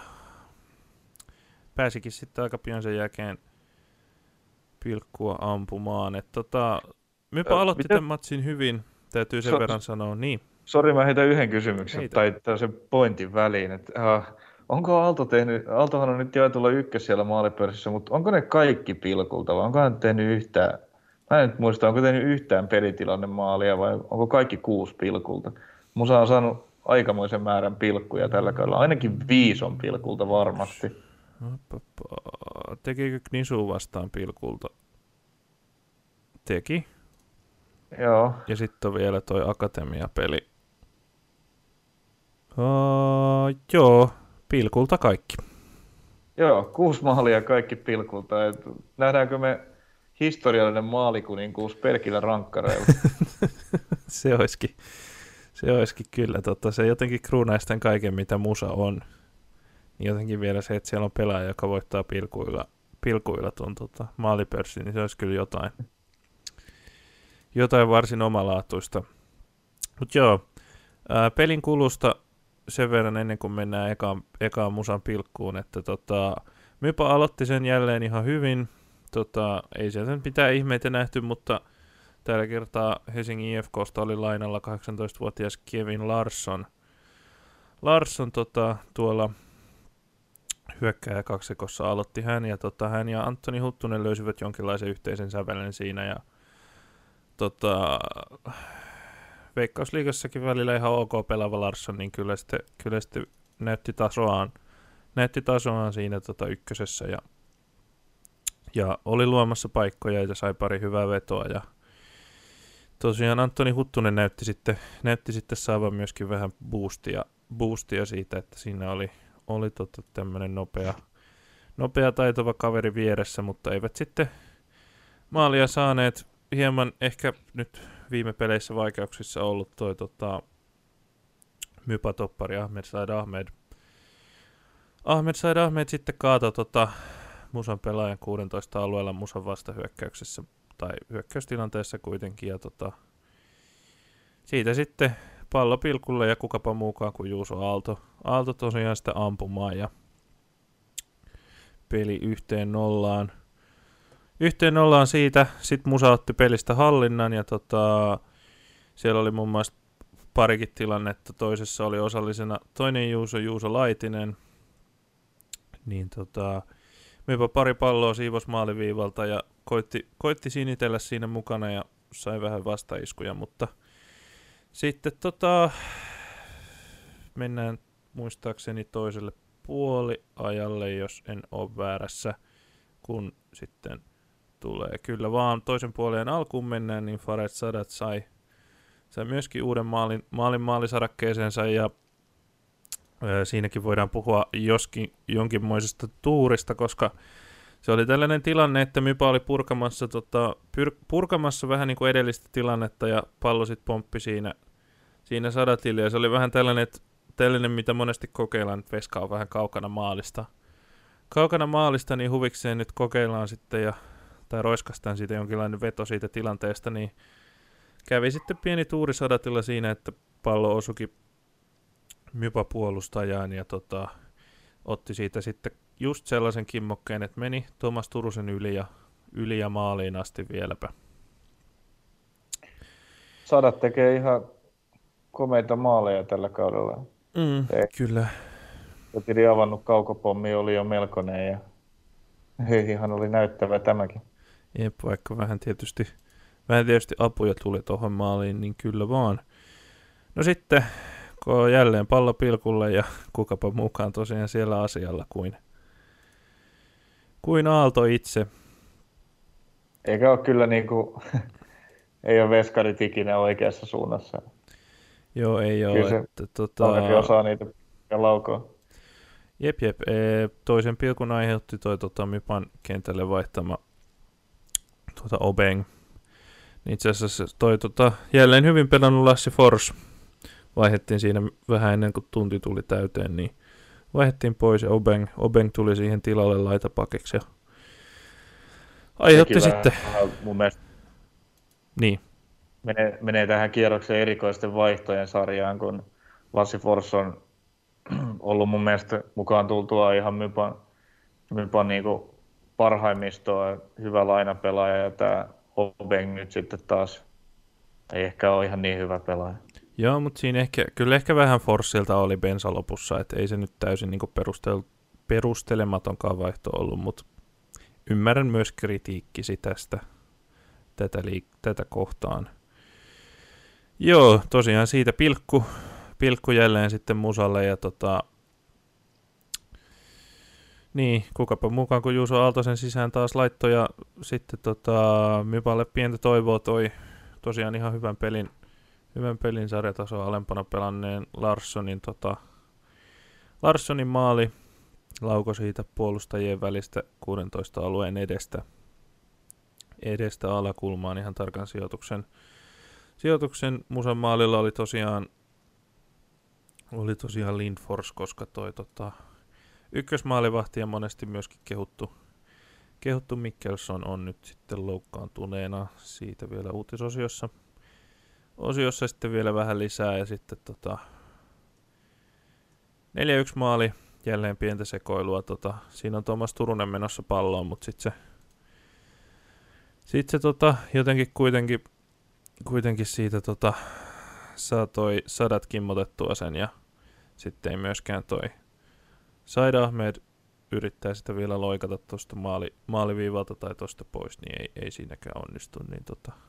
pääsikin sitten aika pian sen jälkeen pilkkua ampumaan. Mypä aloitti tämän matsin hyvin, täytyy sen verran sanoa. Niin. Sori, mä heitän yhden kysymyksen tai tällaisen pointin väliin. Onko Aaltohan on nyt jaetulla ykkös siellä maalipörssissä, mutta onko ne kaikki pilkulta vai onko hän tehnyt yhtään, mä en nyt muista, onko tehnyt yhtään pelitilanne maalia vai onko kaikki 6 pilkulta? Musa on saanut aikamoisen määrän pilkkuja tällä kaudella, ainakin 5 on pilkulta varmasti. Tekikö Knisu vastaan pilkulta? Teki. Joo. Ja sitten on vielä toi Akatemia-peli. Joo, pilkulta kaikki. Joo, 6 maalia kaikki pilkulta. Et nähdäänkö me historiallinen maalikuninkuus pelkillä rankkareilla? Se olisikin kyllä. Se jotenkin kruunaisi tämän kaiken, mitä musa on. Niin jotenkin vielä se, että siellä on pelaaja, joka voittaa pilkuilla tuon maalipörssin, niin se olisi kyllä jotain varsin omalaatuista. Mutta joo, pelin kulusta sen verran ennen kuin mennään ekaan musan pilkkuun, että Mypa aloitti sen jälleen ihan hyvin. Ei sieltä mitään ihmeitä nähty, mutta tällä kertaa Helsingin IFK:sta oli lainalla 18-vuotias Kevin Larsson. Tuolla hyökkääjä kaksikossa aloitti hän, ja hän ja Antoni Huttunen löysivät jonkinlaisen yhteisen sävelen siinä, ja Veikkausliigassakin välillä ihan ok pelaava Larsson, niin kyllä sitten näytti tasoaan siinä ykkösessä, ja oli luomassa paikkoja ja sai pari hyvää vetoa, ja tosiaan Antoni Huttunen näytti sitten saavan myöskin vähän boostia siitä, että siinä oli tämmöinen nopea taitava kaveri vieressä, mutta eivät sitten maalia saaneet. Hieman ehkä nyt viime peleissä vaikeuksissa ollut toi Mypa-toppari Ahmed Said Ahmed. Ahmed Said Ahmed sitten kaatoi musan pelaajan 16 alueella musan vastahyökkäyksessä tai hyökkäystilanteessa kuitenkin, ja siitä sitten pallo pilkulle ja kukapa muukaan kuin Juuso Aalto tosiaan sitä ampumaan, ja peli 1-0. Siitä, sitten musa otti pelistä hallinnan, ja siellä oli muun muassa parikin tilannetta. Toisessa oli osallisena toinen Juuso Laitinen, niin Mypa pari palloa siivos maaliviivalta ja koitti sinitellä siinä mukana ja sai vähän vastaiskuja, mutta sitten mennään muistaakseni toiselle puoliajalle, jos en ole väärässä, kun sitten tulee kyllä vaan toisen puolen alkuun mennään, niin Fared Sadat sai myöskin uuden maalisarakkeeseensa, ja siinäkin voidaan puhua jonkinmoisesta tuurista, koska se oli tällainen tilanne, että Mypa oli purkamassa vähän niin kuin edellistä tilannetta, ja pallo sitten pomppi siinä Sadatille, ja se oli vähän tällainen, mitä monesti kokeillaan, että veska on vähän kaukana maalista, niin huvikseen nyt kokeillaan sitten, tai roiskastaan siitä jonkinlainen veto siitä tilanteesta, niin kävi sitten pieni tuuri Sadatilla siinä, että pallo osuki Mypa puolustajaan, ja otti siitä sitten just sellaisen kimmokkeen, että meni Tuomas Turusen yli ja maaliin asti vieläpä. Sadat tekee ihan komeita maaleja tällä kaudella. Kyllä. Ja pidi avannut kaukopommi, oli jo melkoinen, ja ihan oli näyttävä tämäkin. Jep, vaikka vähän tietysti apuja tuli tuohon maaliin, niin kyllä vaan. No sitten, kun on jälleen pallo pilkulle ja kukapa mukaan tosiaan siellä asialla kuin Aalto itse. Eikä ole kyllä niinku, ei ole veskarit ikinä oikeassa suunnassa. Joo, ei ole. Ainakin osaa niitä laukoa. Jep. Toisen pilkun aiheutti toi Mypan kentälle vaihtama Obeng. Itse asiassa toi jälleen hyvin pelannut Lassi Fors vaihdettiin siinä vähän ennen kuin tunti tuli täyteen, niin vaihdettiin pois, ja Obeng tuli siihen tilalle laitapakeksi ja aiheutti sitten. Mun mielestä niin. menee tähän kierroksen erikoisten vaihtojen sarjaan, kun Lassi Fors on ollut mun mielestä mukaan tultua ihan Mypan niinku parhaimmistoa, hyvä lainapelaaja, ja tämä Obeng nyt sitten taas ei ehkä ole ihan niin hyvä pelaaja. Joo, mutta siinä kyllä ehkä vähän Forssilta oli bensa lopussa, että ei se nyt täysin niinku perustelematonkaan vaihto ollut, mutta ymmärrän myös kritiikkisi tätä kohtaan. Joo, tosiaan siitä pilkku jälleen sitten musalle, ja niin, kukapa mukaan, kun Juuso Aaltosen sisään taas laittoi, ja sitten Mypalle pientä toivoa toi tosiaan ihan hyvän hyvän pelin sarjatasoa alempana pelanneen Larssonin maali lauko siitä puolustajien välistä 16 alueen edestä alakulmaan ihan tarkan sijoituksen. Musan maalilla oli tosiaan Lindfors, koska toi ykkösmaalivahti ja monesti myöskin kehuttu Mikkelson on nyt sitten loukkaantuneena. Siitä vielä uutisosiossa sitten vielä vähän lisää ja sitten 4-1 maali, jälleen pientä sekoilua. Siinä on Tuomas Turunen menossa palloon, mutta sitten se jotenkin kuitenkin siitä saa toi Sadat kimmotettua sen ja sitten ei myöskään toi Said Ahmed yrittää sitä vielä loikata tuosta maaliviivalta tai tuosta pois, niin ei siinäkään onnistu. Niin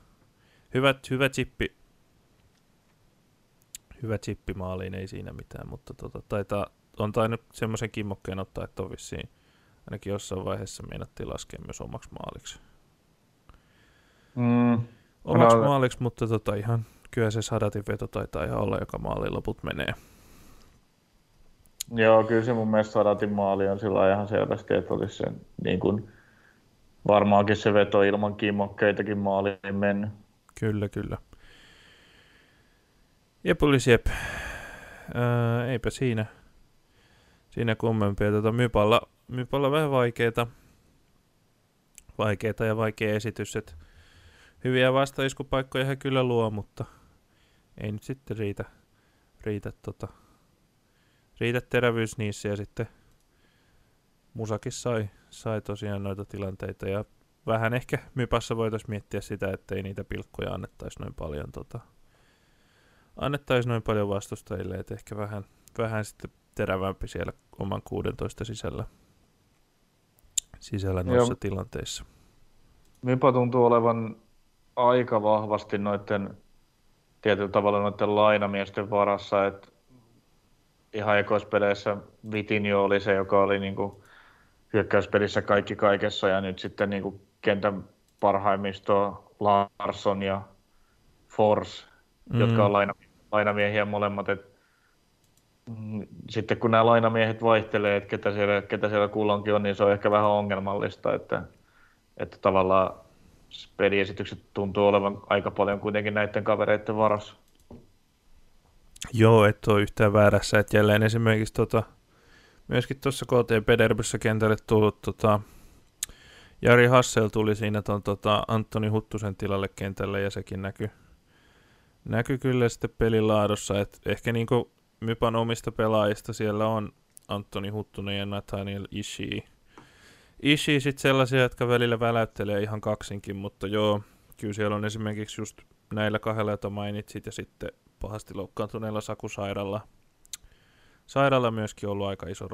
hyvä chippi maaliin, ei siinä mitään, mutta on tainnut semmoisen kimmokkeen ottaa, että on vissiin ainakin jossain vaiheessa meinattiin laskea myös omaksi maaliksi. Maaliksi, mutta ihan kyllä se Sadatin veto taitaa ihan olla, joka maaliin loput menee. Joo, kyllä se mun mielestä Sadatin maali on sillä ihan selvästi, että olisi se niin kuin varmaankin se veto ilman kimmokkeitakin maaliin mennyt. Kyllä. Jep olisi jep. Eipä siinä kummempia. Mypalla vähän vaikeita ja vaikea esitys. Et hyviä vastaiskupaikkoja he kyllä luo, mutta ei nyt sitten riitä terävyys niissä. Ja sitten Musakin sai tosiaan noita tilanteita. Ja vähän ehkä Mypassa voitaisiin miettiä sitä, ettei niitä pilkkoja annettaisi noin paljon vastustajille, että ehkä vähän sitten terävämpi siellä oman 16 sisällä noissa tilanteissa. Mypa tuntuu olevan aika vahvasti tietyllä tavalla noiden lainamiesten varassa, että ihan ekoispeleissä Vitinho oli se, joka oli niinku hyökkäyspelissä kaikki kaikessa ja nyt sitten niinku kentän parhaimmisto Larsson ja Fors, jotka on lainamiehiä molemmat. Sitten kun nämä lainamiehet vaihtelee, että ketä siellä kulloinkin on, niin se on ehkä vähän ongelmallista, että tavallaan peliesitykset tuntuu olevan aika paljon kuitenkin näiden kavereiden varassa. Joo, et ole yhtään väärässä, että jälleen esimerkiksi myöskin tuossa KTP-derbyssä kentälle tullut Jari Hassel tuli siinä Antoni Huttusen tilalle kentälle ja sekin näkyi kyllä sitten pelin laadussa, että ehkä niinku Mypan omista pelaajista siellä on Antoni Huttunen ja Nathaniel Ishii sitten sellaisia, jotka välillä väläyttelee ihan kaksinkin, mutta joo, kyllä siellä on esimerkiksi just näillä kahdella, joita mainitsit, ja sitten pahasti loukkaantuneella Saku Sairalla myöskin ollut aika iso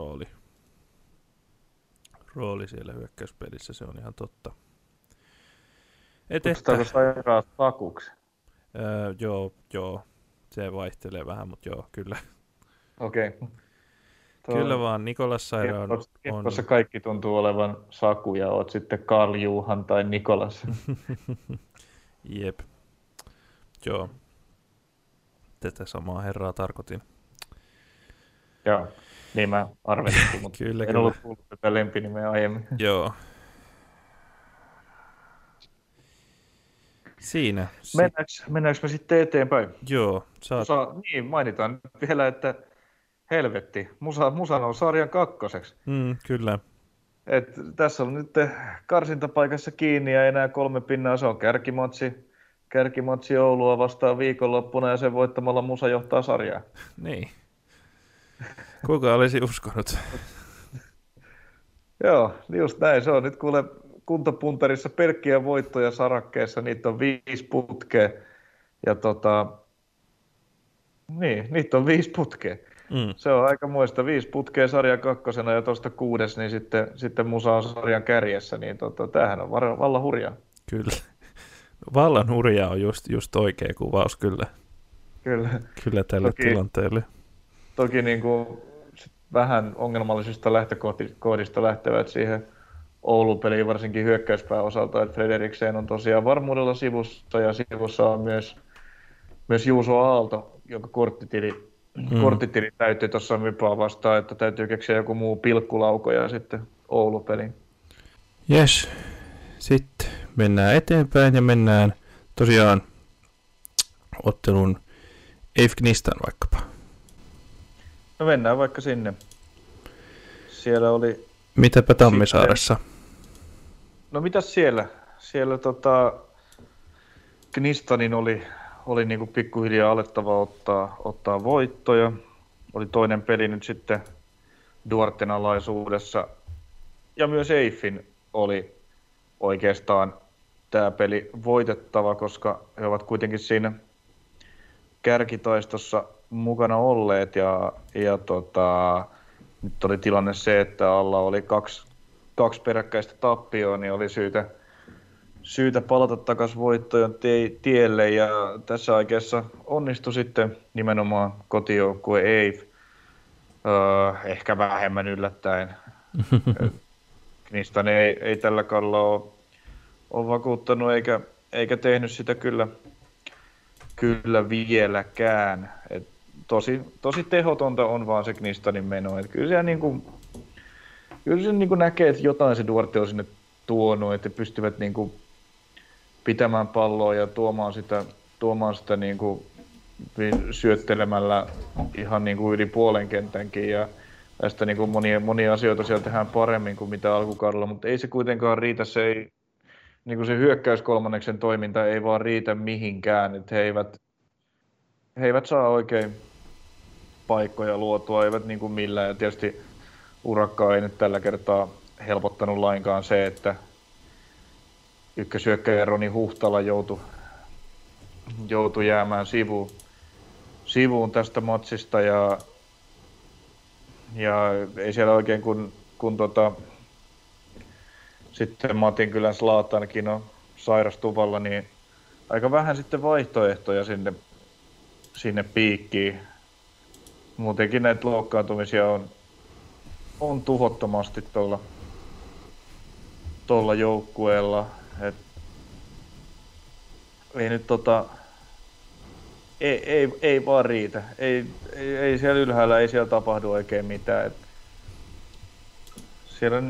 rooli siellä hyökkäyspelissä, se on ihan totta. Kutsustaanko Sairaa Sakuksi? Joo, se vaihtelee vähän, mutta joo, kyllä. Okei. Kyllä vaan, Nikolas Saira on... Tuossa kaikki tuntuu olevan Saku ja oot sitten Karl Juhan tai Nikolas. Jep. Joo. Tätä samaa herraa tarkoitin. Joo, niin mä arvelin, mutta en ollut kuullut tätä lempinimeä aiemmin. Joo. Siinä. Mennäänkö me sitten eteenpäin? Joo. Niin, mainitaan vielä, että helvetti, Musa on sarjan kakkoseksi. Kyllä. Tässä on nyt karsintapaikassa kiinni ja enää 3 pinnaa, se on kärkimatsi Oulua vastaan viikonloppuna ja sen voittamalla Musa johtaa sarjaa. Niin. Kuka olisi uskonut? Joo, just näin. Se on nyt kuule kuntapuntarissa pelkkiä voittoja sarakkeessa, niitä on 5 putkea. Ja niitä on 5 putkea. Se on aika muista 5 putkea sarjan kakkosena ja tuosta 6, niin sitten Musa on sarjan kärjessä, niin tämähän on vallan hurjaa. Kyllä. Vallan hurjaa on just oikea kuvaus kyllä. Kyllä tälle tilanteelle. Toki niin kuin vähän ongelmallisista lähtökohdista lähtevät siihen Oulun-peliin, varsinkin hyökkäyspään osalta, että Frederiksen on tosiaan varmuudella sivussa ja sivussa on myös Juuso Aalto, jonka korttitili täytyy tuossa Mypaa vastaan, että täytyy keksiä joku muu pilkkulauko ja sitten Oulu-peli. Jes, sitten mennään eteenpäin ja mennään tosiaan ottelun Eif-Knistan vaikkapa. No mennään vaikka sinne. Siellä oli... Mitäpä Tammisaaressa? No mitäs siellä? Siellä Knistanin oli niinku pikkuhiljaa alettava ottaa voittoja. Oli toinen peli nyt sitten Duarten alaisuudessa. Ja myös Eifin oli oikeastaan tämä peli voitettava, koska he ovat kuitenkin siinä kärkitaistossa mukana olleet. Ja nyt oli tilanne se, että alla oli kaksi peräkkäistä tappioa, niin oli syytä palata takaisin voittojen tielle, ja tässä oikeassa onnistui sitten nimenomaan kotijoukkue Eif, ehkä vähemmän yllättäen. Knistan ei tällä kaudella ole vakuuttanut eikä tehnyt sitä kyllä vieläkään. Et tosi tehotonta on vaan se Knistanin meno. Et kyllä se näkee, että jotain se Duarte on sinne tuonut, että pystyvät niinku pitämään palloa ja tuomaan sitä niinku syöttelemällä ihan niinku yli puolen kentänkin, ja tästä niinku monia asioita siellä tehdään paremmin kuin mitä alkukaudella, mutta ei se kuitenkaan riitä, se hyökkäyskolmanneksen toiminta ei vaan riitä mihinkään, että he eivät saa oikein paikkoja luotua, eivät niinku millään, ja tietysti urakkaa ei nyt tällä kertaa helpottanut lainkaan se, että ykkösyökkäjä Roni Huhtala joutui jäämään sivuun tästä matsista, ja ei siellä oikein kun sitten Matinkylän Zlatankin on sairastuvalla, niin aika vähän sitten vaihtoehtoja sinne piikkiin. Muutenkin näitä loukkaantumisia on tuhottomasti tuolla joukkueella. Ei nyt ei vaan riitä. Ei siellä ylhäällä, ei siellä tapahdu oikein mitään. Siellä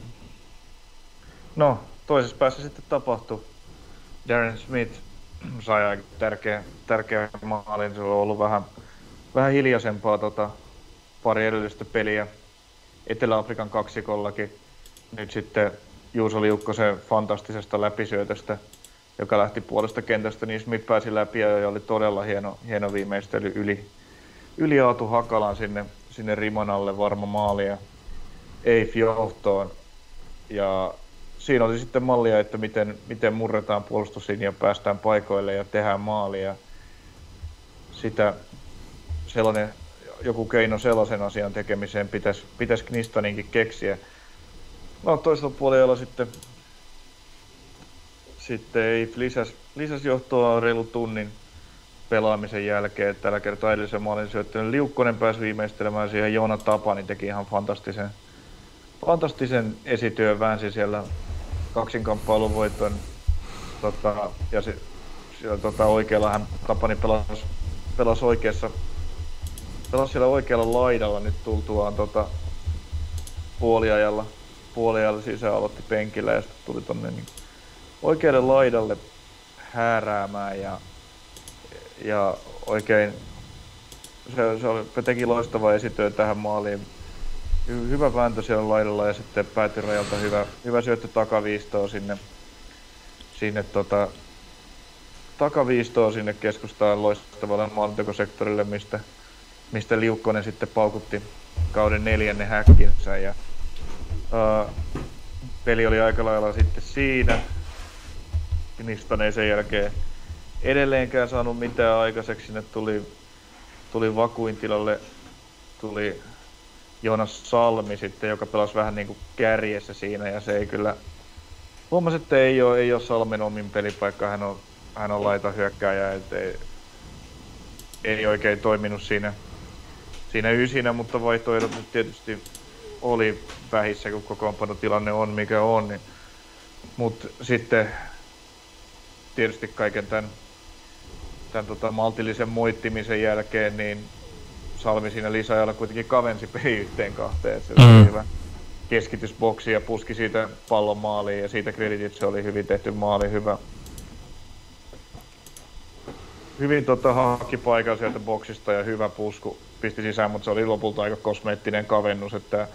no, toisessa päässä sitten tapahtui. Darren Smith sai aika tärkeä maalin. Se on ollut vähän hiljaisempaa pari edellistä peliä Etelä-Afrikan kaksikollakin. Nyt sitten Juuso Liukkosen fantastisesta läpisyötöstä, joka lähti puolesta kentästä, niin Smith pääsi läpi ja oli todella hieno viimeistely yli Aatu Hakalan sinne riman alle, varma maali ja Eif johtoon. Ja siinä oli sitten mallia, että miten murretaan puolustuslinja, päästään paikoille ja tehdään maalia. Joku keino sellaisen asian tekemiseen pitäisi Knistaninkin keksiä. No toisella puolella sitten Eif lisäsi johtoa reilu tunnin pelaamisen jälkeen. Tällä kertaa edellisen maalin syöttänyt Liukkonen pääsi viimeistelemään siihen. Joona Tapani teki ihan fantastisen esityön, väänsi siellä kaksinkamppailun voiton. Ja siellä oikealla hän Tapani pelasi oikeassa. Pelasi siellä oikealla laidalla nyt tultuaan puoliajalla sisään, aloitti penkillä ja sitten tuli tonne niin oikealle laidalle hääräämään ja oikein se teki loistava esityö tähän maaliin. Hyvä vääntö siellä laidalla ja sitten päätyi rajalta hyvä syöttö takaviistoon sinne takaviistoon sinne keskustaan loistavalle maalintekosektorille, mistä Liukkonen sitten paukutti kauden 4. häkkinsä, ja peli oli aika lailla sitten siinä. Knistan ei sen jälkeen edelleenkään saanut mitään aikaiseksi. Sinne tuli Vakuin tilalle, tuli Joonas Salmi sitten, joka pelasi vähän niin kuin kärjessä siinä, ja se ei kyllä, huomasi, että ei ole Salmen omin pelipaikka, hän on laita hyökkääjä, ei oikein toiminut siinä ysinä, mutta vaihtoehdot nyt tietysti oli vähissä, kun kokoonpanotilanne on mikä on, niin. Mutta sitten tietysti kaiken maltillisen moittimisen jälkeen, niin Salmi siinä lisäajalla kuitenkin kavensi peli 1-2. Se oli hyvä keskitysboksi ja puski siitä pallon maaliin ja siitä kreditit, se oli hyvin tehty maali, hyvä. Hyvin haki paikan sieltä boksista ja hyvä pusku pisti sisään, mutta se oli lopulta aika kosmeettinen kavennus, että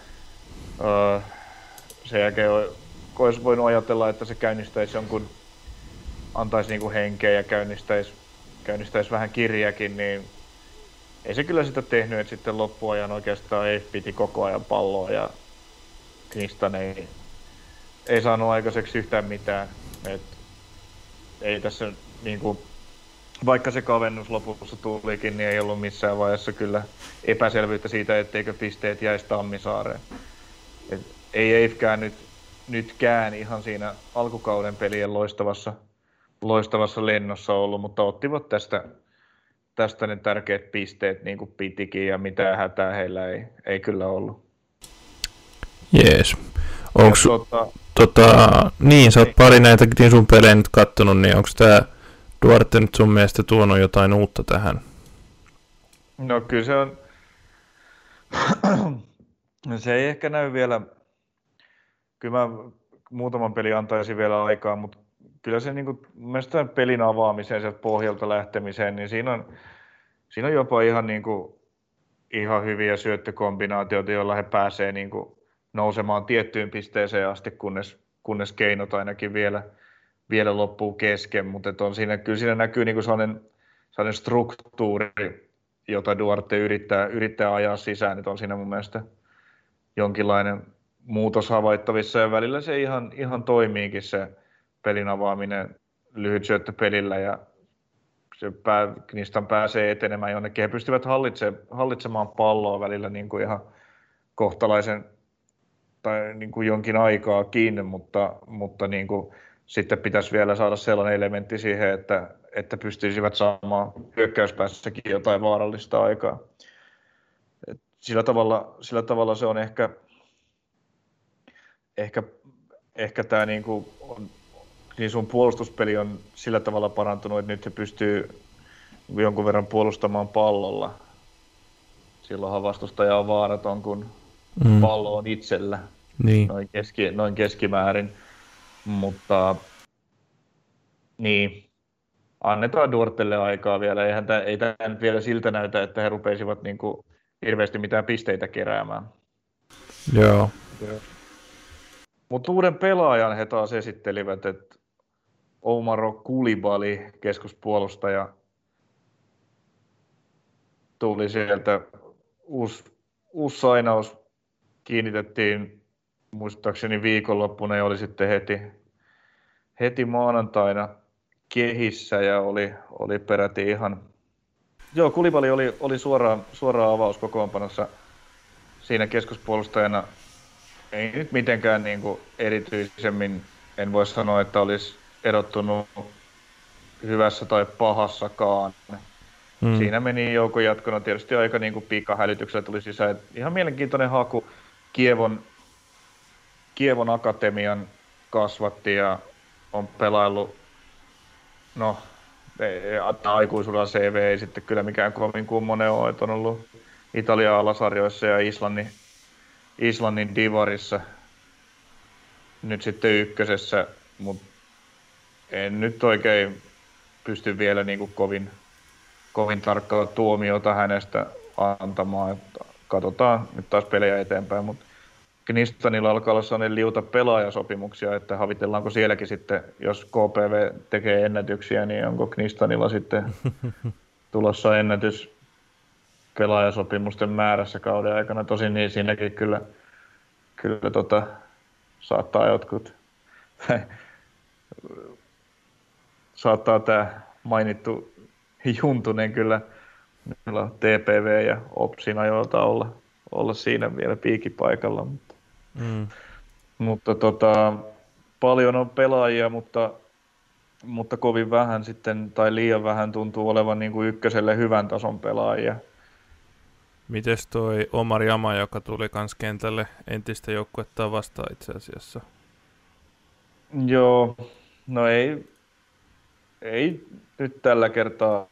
sen jälkeen olisi voinut ajatella, että se käynnistäisi jonkun, antaisi niinku henkeä ja käynnistäisi vähän kirjaakin, niin ei se kyllä sitä tehnyt, että sitten loppuajan oikeastaan ei piti koko ajan palloa ja Knistan ei saanut aikaiseksi yhtään mitään. Ei tässä niinku, vaikka se kavennus lopussa tulikin, niin ei ollut missään vaiheessa kyllä epäselvyyttä siitä, etteikö pisteet jäisi Tammisaareen. Ei Eifkään nytkään ihan siinä alkukauden pelien loistavassa lennossa ollut, mutta ottivat tästä ne tärkeät pisteet niin kuin pitikin ja mitään hätää heillä ei kyllä ollut. Jees. Onks niin, sä oot pari näitäkin sun pelejä nyt kattonut, niin onko tää Duarte nyt sun mielestä tuonut jotain uutta tähän? No kyllä se on, se ei ehkä näy vielä, kyllä mä muutaman pelin antaisin vielä aikaa, mutta kyllä se niin kuin, mielestäni pelin avaamiseen, sieltä pohjalta lähtemiseen, niin siinä on jopa ihan, niin kuin, ihan hyviä syöttökombinaatioita, joilla he pääsee niin kuin, nousemaan tiettyyn pisteeseen asti, kunnes keinot ainakin vielä loppuu kesken, mutta on kyllä siinä näkyy niin kuin sellainen struktuuri, jota Duarte yrittää ajaa sisään, nyt on siinä mun mielestä jonkinlainen muutos havaittavissa ja välillä se ihan toimiikin se pelin avaaminen lyhyt syöttöpelillä ja Knistan pääsee etenemään jonnekin. He pystyvät hallitsemaan palloa välillä niin kuin ihan kohtalaisen tai niin kuin jonkin aikaakin, mutta niin kuin sitten pitäisi vielä saada sellainen elementti siihen, että pystyisivät saamaan hyökkäyspäässäkin jotain vaarallista aikaa. Sillä tavalla se on ehkä tämä niin sun puolustuspeli on sillä tavalla parantunut, että nyt se pystyy jonkun verran puolustamaan pallolla. Silloinhan vastustaja on vaaraton, kun pallo on itsellä niin. noin keskimäärin. Mutta niin, annetaan Duartelle aikaa vielä. Ei tämä nyt vielä siltä näytä, että he rupeisivat niin kuin hirveästi mitään pisteitä keräämään. Joo. Mutta uuden pelaajan he taas esittelivät, että Omaro Coulibaly, keskuspuolustaja, tuli sieltä uusi sainaus, kiinnitettiin muistaakseni viikonloppuna ja oli sitten heti maanantaina kehissä ja oli peräti ihan... Joo, Coulibaly oli suoraan avauskokoonpanossa siinä keskuspuolustajana. Ei nyt mitenkään niin kuin erityisemmin, en voi sanoa, että olisi erottunut hyvässä tai pahassakaan. Siinä meni joukon jatkona tietysti aika niin kuin pikahälytyksellä tuli sisään. Ihan mielenkiintoinen haku. Kievon akatemian kasvatti ja on pelaillut, no aikuisuudella CV ei sitten kyllä mikään kovin kummonen ole, että on ollut Italian alasarjoissa ja Islannin divarissa nyt sitten ykkösessä, mutta en nyt oikein pysty vielä niin kuin kovin tarkkaa tuomiota hänestä antamaan. Että katsotaan nyt taas pelejä eteenpäin, mutta Knistanilla alkaa olla sellainen liuta pelaajasopimuksia, että havitellaanko sielläkin sitten, jos KPV tekee ennätyksiä, niin onko Knistanilla sitten tulossa ennätys pelaajasopimusten määrässä kauden aikana. Tosin niin siinäkin kyllä saattaa jotkut, saattaa tämä mainittu Juntunen kyllä TPV ja Opsin ajoilta olla siinä vielä piikipaikalla. Mutta paljon on pelaajia, mutta kovin vähän sitten, tai liian vähän tuntuu olevan niin kuin ykköselle hyvän tason pelaajia. Mites toi Omar Jama, joka tuli kans kentälle entistä joukkuetta vastaan itse asiassa? Joo, no ei nyt tällä kertaa.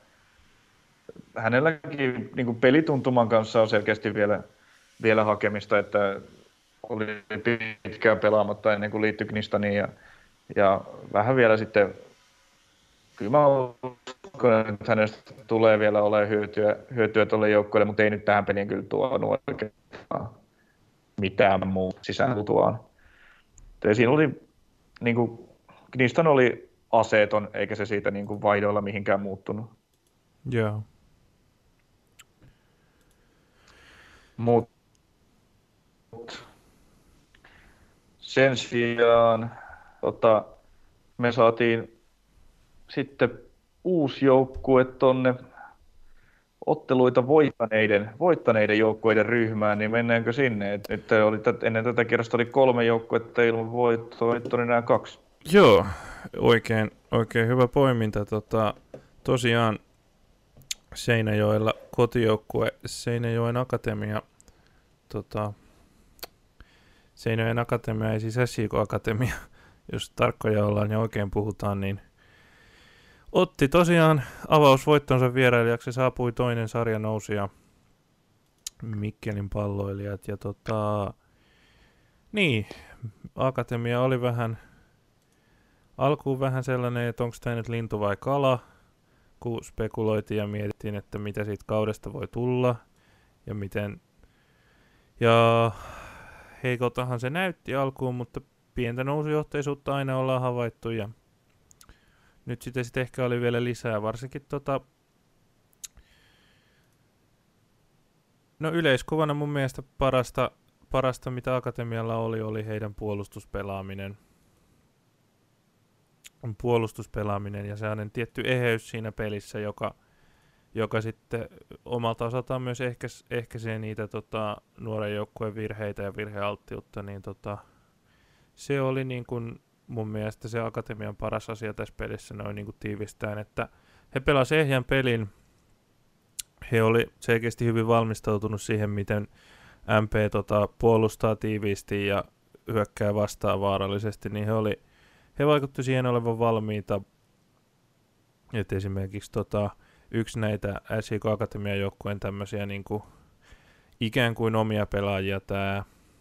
Hänelläkin niin kuin pelituntuman kanssa on selkeästi vielä hakemista, että oli pitkään pelaamatta ennen kuin liittyi Knistaniin ja vähän vielä sitten, kyllä mä uskon, että hänestä tulee vielä olemaan hyötyä tuolle joukkueelle, mutta ei nyt tähän peliin kyllä tuonut oikeastaan mitään muuta sisään. Siinä oli, niin kuin, Knistan oli aseeton, eikä se siitä niin kuin vaihdoilla mihinkään muuttunut. Joo. Mut sen sijaan me saatiin sitten uusi joukkue tonne otteluita voittaneiden joukkueiden ryhmään, niin mennäänkö sinne? Nyt ennen tätä kierrosta oli 3 joukkuetta ilman voittoa, nyt on enää 2. Joo, oikein hyvä poiminta. Tosiaan Seinäjoella kotijoukkue Seinäjoen Akatemia, Seinäjoen Akatemia ei siis SJK Akatemia, jos tarkkoja ollaan ja oikein puhutaan, niin otti tosiaan avausvoittonsa vierailijaksi, saapui toinen sarjanousija Mikkelin palloilijat ja niin, Akatemia oli alkuun vähän sellainen, että onko tämä nyt lintu vai kala, kun spekuloitiin ja mietittiin, että mitä siitä kaudesta voi tulla ja heikoltahan se näytti alkuun, mutta pientä nousujohteisuutta aina ollaan havaittu ja nyt sitten ehkä oli vielä lisää, varsinkin no yleiskuvana mun mielestä parasta mitä Akatemialla oli heidän puolustuspelaaminen ja sellainen tietty eheys siinä pelissä, joka sitten omalta osaltaan myös ehkäisee niitä nuoren joukkueen virheitä ja virhealttiutta, niin se oli niin kuin mun mielestä se Akatemian paras asia tässä pelissä noin niin kuin tiivistään, että he pelasivat ehjän pelin, he oli selkeästi hyvin valmistautunut siihen, miten MP puolustaa tiiviisti ja hyökkää vastaan vaarallisesti, niin he vaikutti siihen olevan valmiita, että esimerkiksi yksi näitä SJK Akatemian joukkueen tämmöisiä niin kuin ikään kuin omia pelaajia, tämä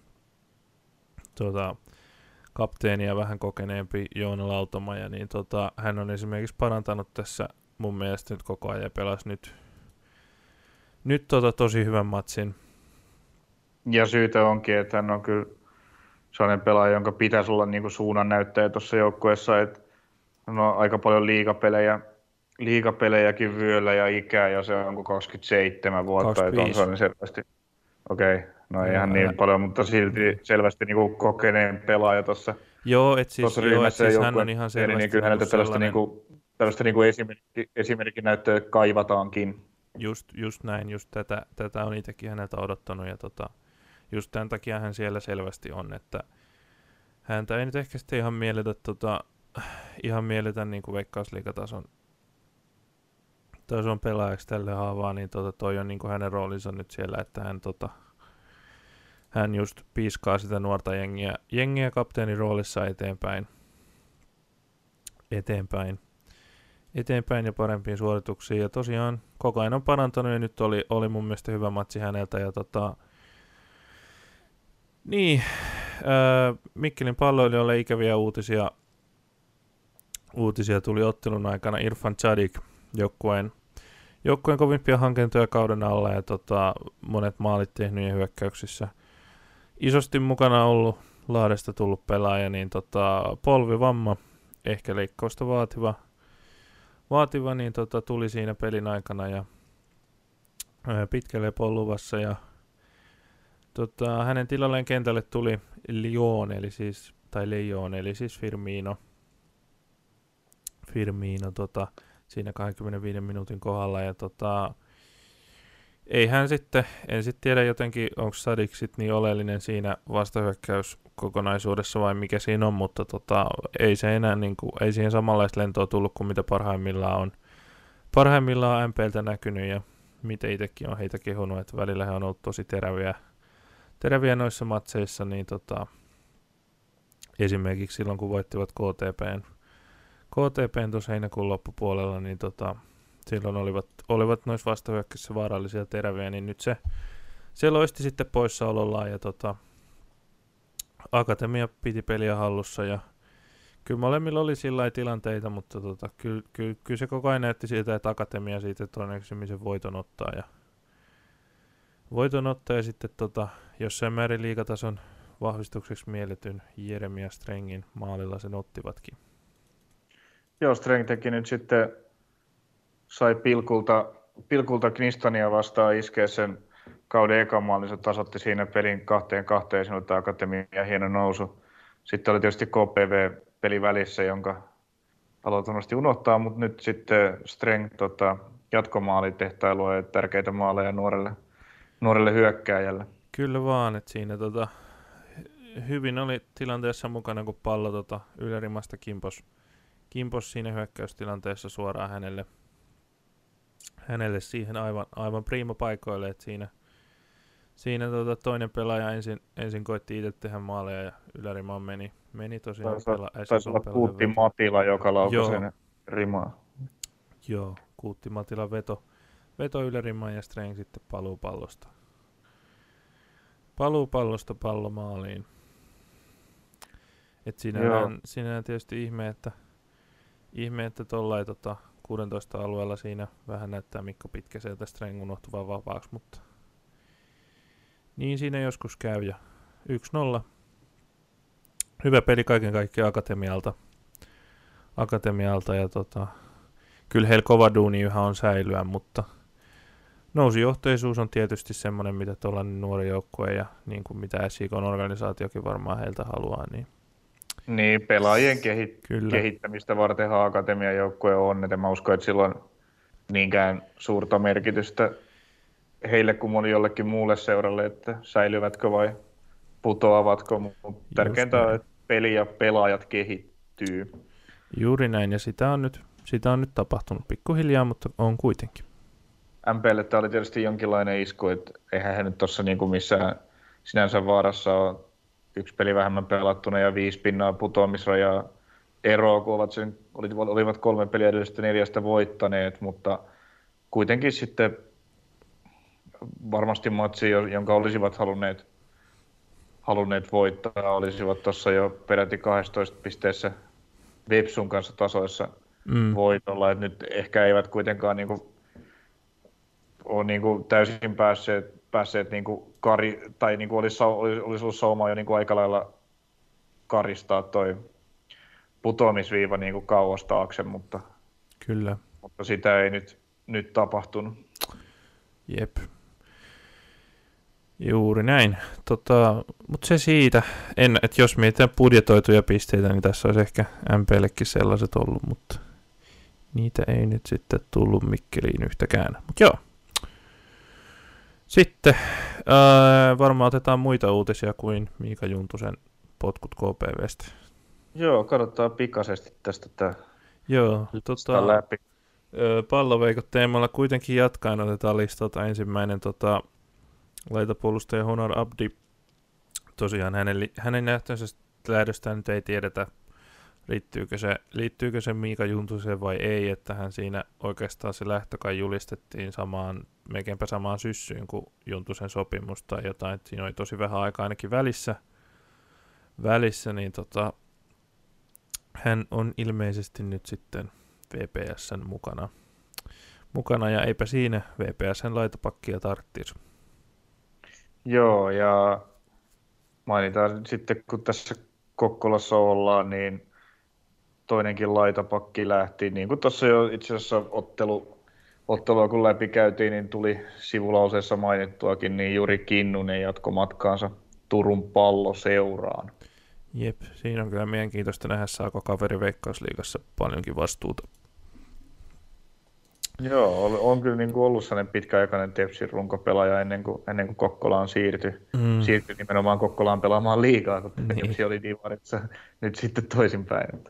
kapteeni ja vähän kokeneempi Joona Lautomaja, niin hän on esimerkiksi parantanut tässä mun mielestä nyt koko ajan ja pelasi nyt tosi hyvän matsin. Ja syytä onkin, että hän on kyllä sellainen pelaaja, jonka pitäisi olla niin kuin suunnannäyttäjä tuossa joukkueessa, että on aika paljon liigapelejäkin vyöllä ja ikää, ja se on 27 vuotta, 25. että on se selvästi. Okei, no ei ihan niin paljon, mutta silti selvästi niin kuin kokeneen pelaaja tuossa. Joo, et siis hän on ihan selvästi niin kyllä häneltä tällaista niin kuin esimerkin näyttöä kaivataankin. Just näin, just tätä on itsekin häneltä odottanut ja just tämän takia hän siellä selvästi on, että häntä ei nyt ehkä sitten ihan mielletä niin kuin Veikkausliigatason pelaajaksi tälle haavaa, niin toi on niin kuin hänen roolinsa nyt siellä, että hän just piiskaa sitä nuorta jengiä kapteenin roolissa eteenpäin ja parempiin suorituksiin. Ja tosiaan koko ajan on parantanut ja nyt oli mun mielestä hyvä matsi häneltä. Ja Mikkelin palloilijoille ikäviä uutisia tuli ottelun aikana. Irfan Cadik joukkueen kovimpia hankintoja kauden alla ja monet maalit tehnyt ja hyökkäyksissä. Isosti mukana ollut Lahdesta tullut pelaaja, niin polvivamma, ehkä leikkausta vaativa niin tuli siinä pelin aikana ja pitkä lepo luvassa ja hänen tilalleen kentälle tuli Leon eli siis Firmino siinä 25 minuutin kohdalla ja ei hän sitten, en sitten tiedä jotenkin, onko Sadik sitten niin oleellinen siinä vastahyökkäyskokonaisuudessa vai mikä siinä on, mutta ei se enää niinku, ei siihen samanlaista lentoa tullut kuin mitä parhaimmillaan MPltä näkynyt ja mitä itsekin on heitä kehunut, että välillä he on ollut tosi teräviä noissa matseissa, niin esimerkiksi silloin kun voittivat KTP:n tuossa heinäkuun loppupuolella, niin silloin olivat noissa vastahyökkäyksissä vaarallisia teräviä, niin nyt se loisti sitten poissaolollaan ja Akatemia piti peliä hallussa ja kyllä molemmilla oli sillä tilanteita, mutta kyllä se koko ajan näytti siltä, että Akatemia siitä todennäköisemmin sen voiton ottaa ja sitten jossain määrin liigatason vahvistukseksi mielletyn Jeremia Strengin maalilla sen ottivatkin. Joo, Streng teki nyt sitten, sai pilkulta Knistania vastaan iskeä sen kauden ekan maalin, se tasoitti siinä pelin 2-2 ja sinulta Akatemia hieno nousu. Sitten oli tietysti KPV-peli välissä, jonka aloittavasti unohtaa, mutta nyt sitten Streng jatkomaalitehtailuja ja tärkeitä maaleja nuorelle hyökkääjälle. Kyllä vaan, että siinä hyvin oli tilanteessa mukana, kun pallo ylärimasta kimpos siinä hyökkäystilanteessa suoraan hänelle siihen aivan prima paikoille, että siinä toinen pelaaja ensin koitti itse tehdä maaleja ja ylärimaan meni tosiaan taisi olla Kuutti Matila, joka laukasi sen rimaa. Joo, Kuutti Matila veto ylärimaan ja Streng sitten paluu pallosta pallomaaliin. Et siinä tietysti ihme, että tollain 16 alueella siinä vähän näyttää Mikko Pitkäseltä Streng unohtuvan vapaaksi, mutta niin siinä joskus käy ja 1-0. Hyvä peli kaiken kaikkiaan Akatemialta ja kyllä heillä kova duuni yhä on säilyä, mutta nousijohteisuus on tietysti semmoinen, mitä tuollainen nuori joukkue ja niin kuin mitä SJK:n organisaatiokin varmaan heiltä haluaa. Niin, pelaajien kehittämistä vartenhan Akatemian joukkue on, että mä uskon, että sillä on niinkään suurta merkitystä heille kuin moni jollekin muulle seuralle, että säilyvätkö vai putoavatko, mutta tärkeintä on, että peli ja pelaajat kehittyy. Juuri näin, ja sitä on nyt tapahtunut pikkuhiljaa, mutta on kuitenkin. MP:lle tämä oli tietysti jonkinlainen isku, että eihän he nyt tuossa niinku missään sinänsä vaarassa ole, yksi peli vähemmän pelattuna ja 5 pinnaa putoamisrajaa eroa, kun olivat 3 peliä edellisestä 4 voittaneet, mutta kuitenkin sitten varmasti matsi, jonka olisivat halunneet voittaa, olisivat tuossa jo peräti 12 pisteessä Vepsun kanssa tasoissa voitolla, että nyt ehkä eivät kuitenkaan ole täysin päässeet tai olisi ollut saumaa jo aika lailla karistaa toi putoamisviiva kauas taakse, mutta sitä ei nyt tapahtunut. Jep. Juuri näin. Mutta se siitä, että jos mietitään budjetoituja pisteitä, niin tässä olisi ehkä MP:llekin sellaiset ollut, mutta niitä ei nyt sitten tullut Mikkeliin yhtäkään. Mutta joo. Sitten varmaan otetaan muita uutisia kuin Miika Juntusen potkut KPV:stä. Joo, katsotaan pikaisesti tästä tämä läpi. Palloveikot teemalla kuitenkin jatkaen otetaan listalta ensimmäinen laitapuolustaja Honor Abdi. Tosiaan hänen nähtönsä lähdöstään nyt ei tiedetä, liittyykö se Miika Juntuseen vai ei, että hän siinä oikeastaan se lähtö kai julistettiin melkeinpä samaan syssyyn kuin Juntusen sopimus tai jotain, että siinä oli tosi vähän aikaa ainakin välissä niin hän on ilmeisesti nyt sitten VPS:n mukana ja eipä siinä VPS:n laitapakkia tarttis. Joo, ja mainitaan sitten, kun tässä Kokkolassa ollaan, niin toinenkin laitapakki lähti, niin kuin tuossa jo itse asiassa ottelua kun läpi käytiin, niin tuli sivulauseessa mainittuakin, niin Juri Kinnunen jatkoi matkaansa Turun Palloseuraan. Jep, siinä on kyllä mielenkiintoista nähdä, saako kaveri Veikkausliigassa paljonkin vastuuta. Joo, on kyllä ollut sellainen pitkäaikainen Tepsin runkopelaaja ennen kuin Kokkolaan siirtyi nimenomaan Kokkolaan pelaamaan liigaa, kun Tepsi oli divarissa, nyt sitten toisinpäin.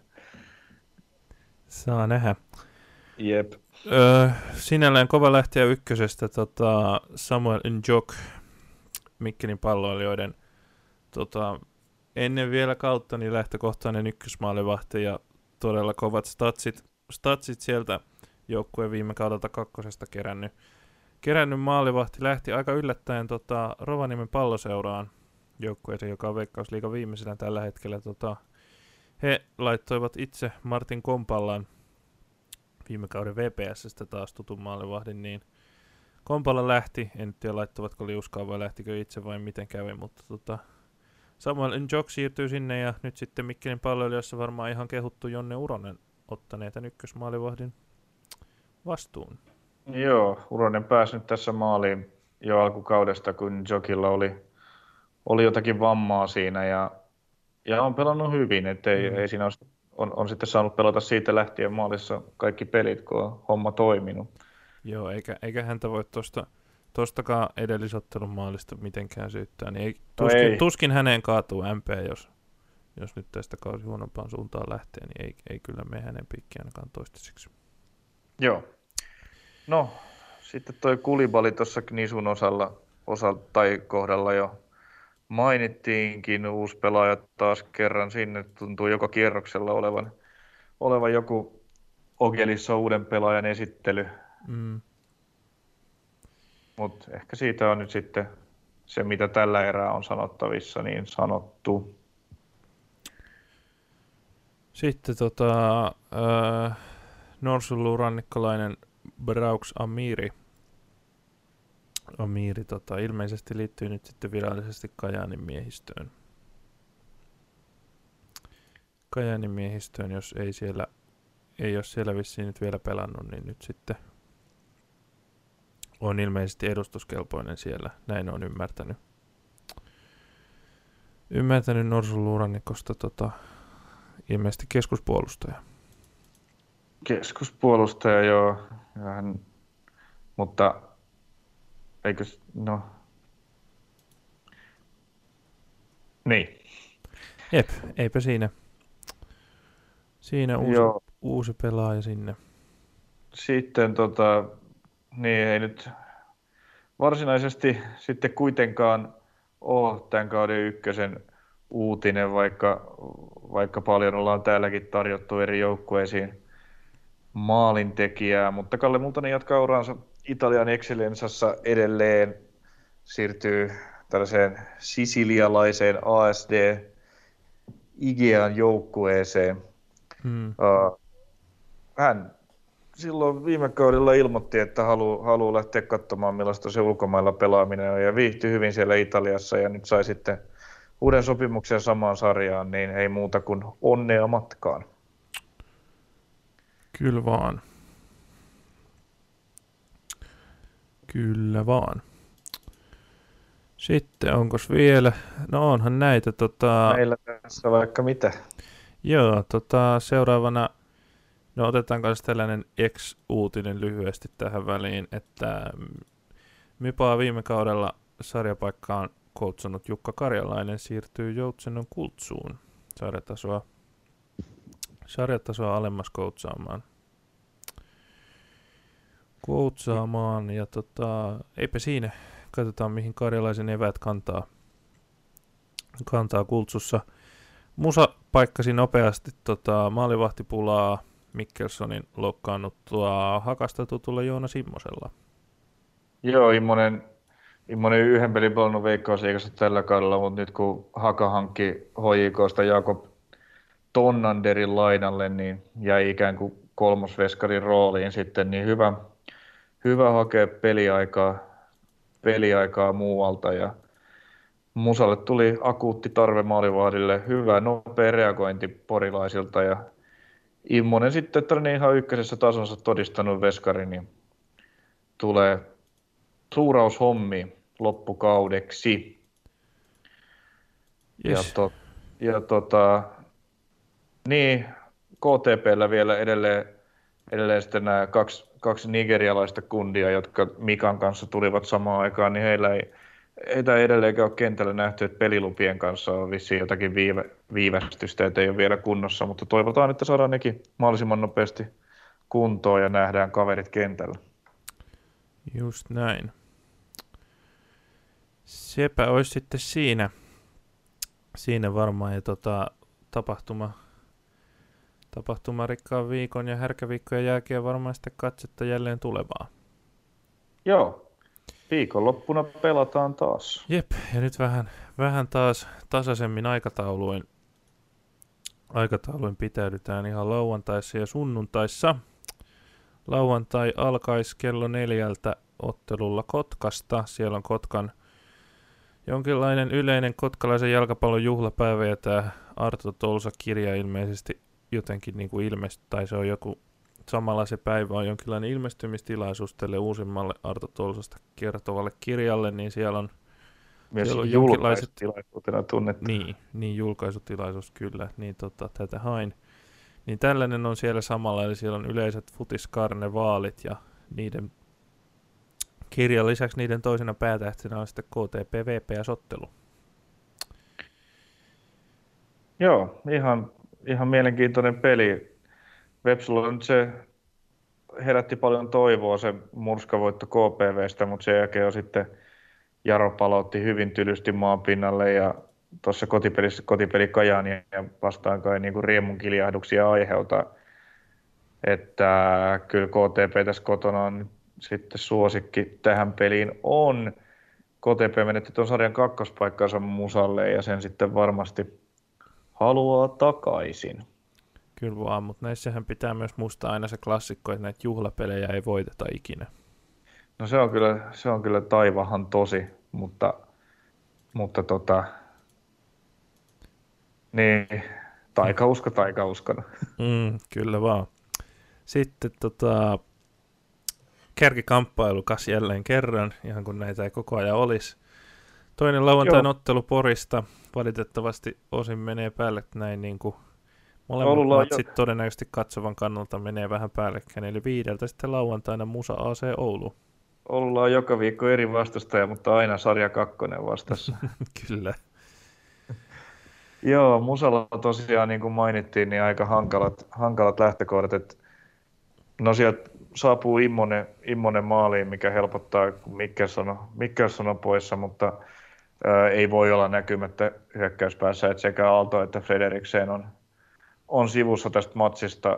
Saa nähdä. Jep. Sinällään kova lähteä ykkösestä Samuel Njok, Mikkelin palloilijoiden ennen vielä kautta niin lähtökohtainen ykkösmaalivahti ja todella kovat statsit sieltä joukkueen viime kaudelta kakkosesta kerännyt maalivahti. Lähti aika yllättäen Rovaniemen Palloseuraan joukkueeseen, joka on Veikkausliigan viimeisenä tällä hetkellä. He laittoivat itse Martin Kompallan viime kauden VPS:stä taas tutun maalivahdin, niin Kompalla lähti, en tiedä laittovatko liuskaa vai lähtikö itse vai miten kävi, mutta Samuel Njok siirtyy sinne ja nyt sitten Mikkelin Palloilijoissa varmaan ihan kehuttu Jonne Uronen ottaneet ykkösmaalivahdin vastuun. Joo, Uronen pääsi nyt tässä maaliin jo alkukaudesta, kun Jokilla oli jotakin vammaa siinä ja on pelannut hyvin, ei siinä on sitten saanut pelata siitä lähtien maalissa kaikki pelit, kun on homma toiminut. Joo, eikä häntä voi tostakaan edellisottelun maalista mitenkään syyttää, niin tuskin häneen kaatuu MP, jos nyt tästä kausi huonompaan suuntaan lähtee, niin ei kyllä mene hänen piikkiä ainakaan toistaiseksi. Joo. No, sitten toi Kulibali tuossa Knisun tai kohdalla jo mainittiinkin, uusi pelaaja taas kerran sinne, tuntuu joka kierroksella olevan joku Ogelissa uuden pelaajan esittely. Mutta ehkä siitä on nyt sitten se, mitä tällä erää on sanottavissa, niin sanottu. Sitten norsunluurannikkalainen Braux Amiri ilmeisesti liittyy nyt sitten virallisesti Kajaanin miehistöön. Kajaanin miehistöön, jos ei ole siellä vissiin nyt vielä pelannut, niin nyt sitten on ilmeisesti edustuskelpoinen siellä. Näin on ymmärtänyt. Norsunluurannikosta ilmeisesti keskuspuolustaja. Keskuspuolustaja, joo. Mutta eikö, no. Niin. Jep, eipä siinä. Siinä uusi pelaaja sinne. Sitten niin ei nyt varsinaisesti sitten kuitenkaan ole tämän kauden ykkösen uutinen, vaikka paljon ollaan täälläkin tarjottu eri joukkueisiin maalintekijää, mutta Kalle Multanen jatkaa uraansa Italian Excellensassa edelleen, siirtyy tällaiseen sisilialaiseen ASD Igean joukkueeseen. Hän silloin viime kaudella ilmoitti, että haluaa lähteä katsomaan, millaista se ulkomailla pelaaminen on, ja viihtyi hyvin siellä Italiassa, ja nyt sai sitten uuden sopimuksen samaan sarjaan, niin ei muuta kuin onnea matkaan. Kyllä vaan. Kyllä vaan. Sitten onkos vielä? No onhan näitä Meillä tässä vaikka mitä. Joo, seuraavana no otetaan myös tällainen ex-uutinen lyhyesti tähän väliin, että Mypaa viime kaudella sarjapaikkaan coachannut Jukka Karjalainen siirtyy Joutsenon Kultsuun sarjatasoa alemmas coachaamaan ja eipä siinä. Katsotaan mihin Karjalaisen eväät kantaa Kultsussa. Musa paikkasi nopeasti maalivahtipulaa Mikkelsonin loukkaannuttua Hakasta tutulla Joona Simmosella. Joo, Immonen yhden pelin pelannut Veikkausliigassa tällä kaudella, mutta nyt kun Haka hankki HJK:sta Jakob Tonnanderin lainalle, niin jäi ikään kuin kolmosveskarin rooliin sitten, niin hyvä hakea peliaikaa muualta ja Musalle tuli akuutti tarve maalivahdille, hyvä nopea reagointi porilaisilta ja Immonen sitten tällainen ihan ykkösessä tasonsa todistanut veskari, niin tulee tuuraushommi loppukaudeksi. Yes. Niin, KTP:llä vielä edelleen sitten nämä kaksi nigerialaista kundia, jotka Mikan kanssa tulivat samaan aikaan, niin heitä ei edelleenkään ole kentällä nähty, että pelilupien kanssa on vissiin jotakin viivästystä, että ei ole vielä kunnossa, mutta toivotaan, että saadaan nekin mahdollisimman nopeasti kuntoon ja nähdään kaverit kentällä. Just näin. Sepä olisi sitten siinä varmaan ja tapahtumarikkaan viikon ja härkäviikkojen jälkeen varmaan sitten katsetta jälleen tulevaa. Joo, viikonloppuna pelataan taas. Jep, ja nyt vähän taas tasaisemmin aikatauluin pitäydytään ihan lauantaissa ja sunnuntaissa. Lauantai alkaisi kello 4 ottelulla Kotkasta. Siellä on Kotkan jonkinlainen yleinen kotkalaisen jalkapallon juhlapäivä, ja tämä Arto Tolsa-kirja ilmeisesti jotenkin niin kuin tai se on joku, samalla se päivä on jonkinlainen ilmestymistilaisuus tälle uusimmalle Arto Tolsasta kertovalle kirjalle, niin siellä on Myös siellä on julkaisutilaisuutena tunnettu. Niin julkaisutilaisuus kyllä, niin tätä hain. Niin tällainen on siellä samalla, eli siellä on yleiset futiskarnevaalit ja niiden kirjan lisäksi niiden toisena päätähtenä on sitten KTP VPS-ottelu. Joo, ihan mielenkiintoinen peli. Vepsulla nyt se herätti paljon toivoa se murskavoitto KPVstä, mutta sen jälkeen on sitten Jaro palautti hyvin tylysti maan pinnalle ja tuossa kotipeli Kajaania vastaan kai niinku riemun kiljahduksia aiheuta. Että kyllä KTP tässä kotona on sitten suosikki tähän peliin on. KTP menetti tuon sarjan kakkospaikkansa Musalle ja sen sitten varmasti haluaa takaisin. Kyllä vaan, mutta näissähän pitää myös muistaa aina se klassikko, että näitä juhlapelejä ei voiteta ikinä. No se on kyllä taivahan tosi, mutta niin, taikauskona. Kyllä vaan. Sitten kärkikamppailu kas jälleen kerran, ihan kun näitä ei koko ajan olisi. Toinen lauantain ottelu Porista, valitettavasti osin menee päälle näin niin kuin molemmat matsit todennäköisesti katsovan kannalta menee vähän päällekkäin, eli 5 sitten lauantaina Musa AC Oulu. Oululla on joka viikko eri vastustaja, mutta aina sarja 2 vastassa. Kyllä. Joo, Musalla tosiaan niin kuin mainittiin, niin aika hankalat lähtökohdat. Että no sieltä saapuu Immonen maaliin, mikä helpottaa, kun Mikkelson on poissa, mutta ei voi olla näkymättä hyökkäyspäässä, että sekä Aalto että Frederiksen on sivussa tästä matsista.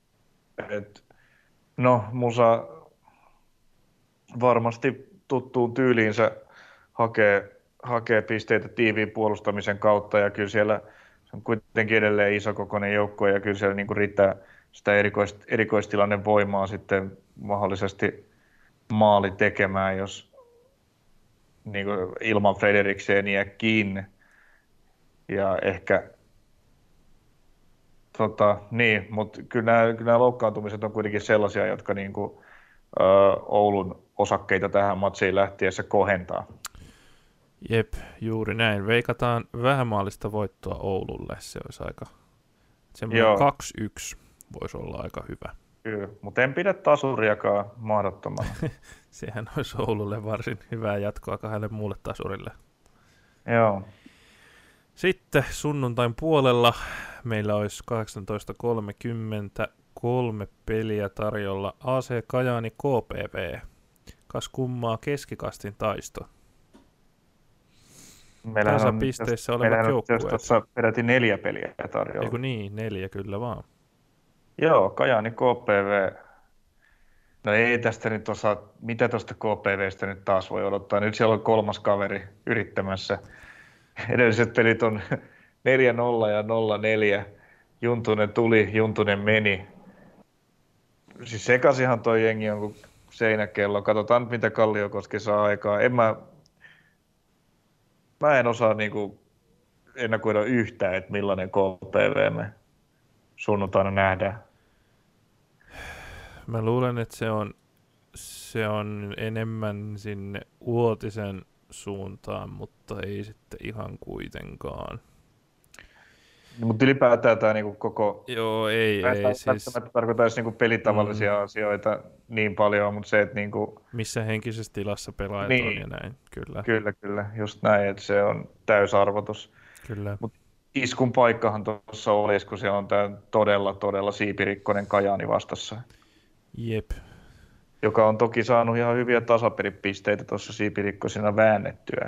No, Musa varmasti tuttuun tyyliinsä hakee pisteitä tiiviin puolustamisen kautta, ja kyllä siellä se on kuitenkin edelleen isokokoinen joukko, ja kyllä siellä niin kuin riittää sitä erikoistilanne voimaa sitten mahdollisesti maali tekemään, jos niin kuin ilman Frederikseniäkin. Ja ehkä niin, mutta kyllä nämä loukkaantumiset on kuitenkin sellaisia, jotka niin kuin, Oulun osakkeita tähän matsiin lähtiessä kohentaa. Jep, juuri näin. Veikataan vähämaalista voittoa Oululle. Se olisi aika... Semmoinen 2-1 voisi olla aika hyvä. Kyllä, mutta en pidä tasuriakaan mahdottomana. Sehän olisi Oululle varsin hyvää jatkoa 2 muulle tasurille. Joo. Sitten sunnuntain puolella meillä olisi 18.30 3 peliä tarjolla. AC Kajaani KPV. Kas kummaa keskikastin taisto. Tasapisteissä olevat joukkueet. Tuossa peräti 4 peliä tarjolla. Eiku niin, 4 kyllä vaan. Joo, Kajaani KPV. No ei tästä nyt osaa, mitä tuosta KPVstä nyt taas voi odottaa. Nyt siellä on 3. kaveri yrittämässä. Edelliset pelit on 4-0 ja 0-4. Juntunen tuli, Juntunen meni. Siis sekaisinhan toi jengi on kuin seinäkello. Katsotaan mitä Kalliokoski saa aikaa. Mä en osaa niinku ennakoida yhtään, että millainen KPV me sunnuntaina nähdään. Mä luulen, että se on enemmän sinne Uotisen suuntaan, mutta ei sitten ihan kuitenkaan. Mutta ylipäätään tämä niinku koko... Joo, ei siis... tarkoittaisi niinku pelitavallisia asioita niin paljon, mutta se, että niinku... Missä henkisessä tilassa pelaajat niin. on ja näin, kyllä. Kyllä, just näin, että se on täysarvotus. Kyllä. Mut iskun paikkahan tuossa olisi, kun siellä on tämä todella siipirikkoinen Kajaani vastassa. Jep. Joka on toki saanut ihan hyviä tasapelipisteitä tuossa siipirikkosina väännettyä.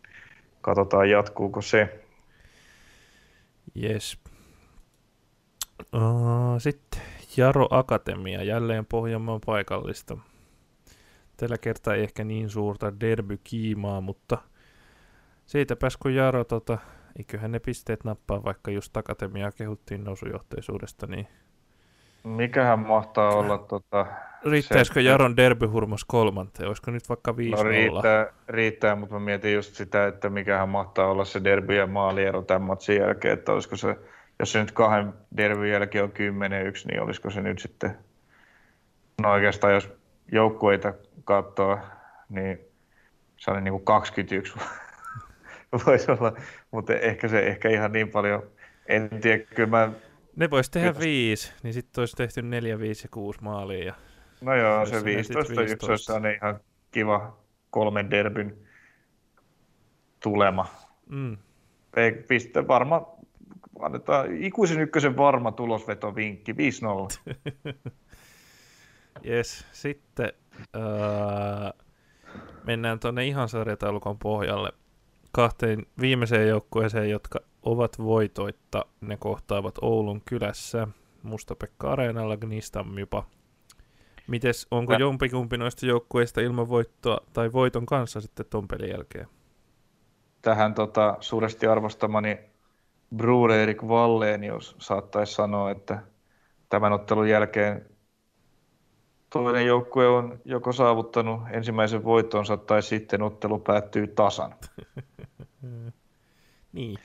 Katsotaan, jatkuuko se. Jes. Sitten Jaro Akatemia, jälleen Pohjanmaan paikallista. Tällä kertaa ei ehkä niin suurta derby-kiimaa, mutta siitäpäs kun Jaro, eiköhän ne pisteet nappaa, vaikka just Akatemiaa kehuttiin nousujohteisuudesta, niin Mikähän mahtaa olla riittäisikö Jaron derbyhurmos kolmanteen? Olisiko nyt vaikka 5-0? No riittää, mutta mä mietin just sitä, että mikähän mahtaa olla se derby ja maaliero tämän matsin jälkeen, että olisiko se, jos se nyt 2 derbyn jälkeen on 10-1, niin olisiko se nyt sitten, no oikeastaan jos joukkueita katsoo, niin se on niin kuin 21 voisi olla, mutta ehkä ihan niin paljon, en tiedä, kyllä mä... Ne vois tehdä 5, niin sitten olisi tehty 4, 5 ja 6 maalia. Ja no joo, se 15 on ihan kiva 3 derbyn tulema. Ei pistä varma, annetaan ikuisen ykkösen varma tulosvetovinkki, 5-0. Jes, sitten mennään tuonne ihan sarjataulukon pohjalle. 2 viimeiseen joukkueeseen, jotka ovat voitoitta. Ne kohtaavat Oulun kylässä, Musta-Pekka Areenalla, Gnistan Mypa. Mites, onko jompikumpi noista joukkueista ilman voittoa tai voiton kanssa sitten ton pelin jälkeen? Tähän suuresti arvostamani Bruder Erik Wallenius saattaisi sanoa, että tämän ottelun jälkeen toinen joukkue on joko saavuttanut ensimmäisen voittonsa tai sitten ottelu päättyy tasan. Niin.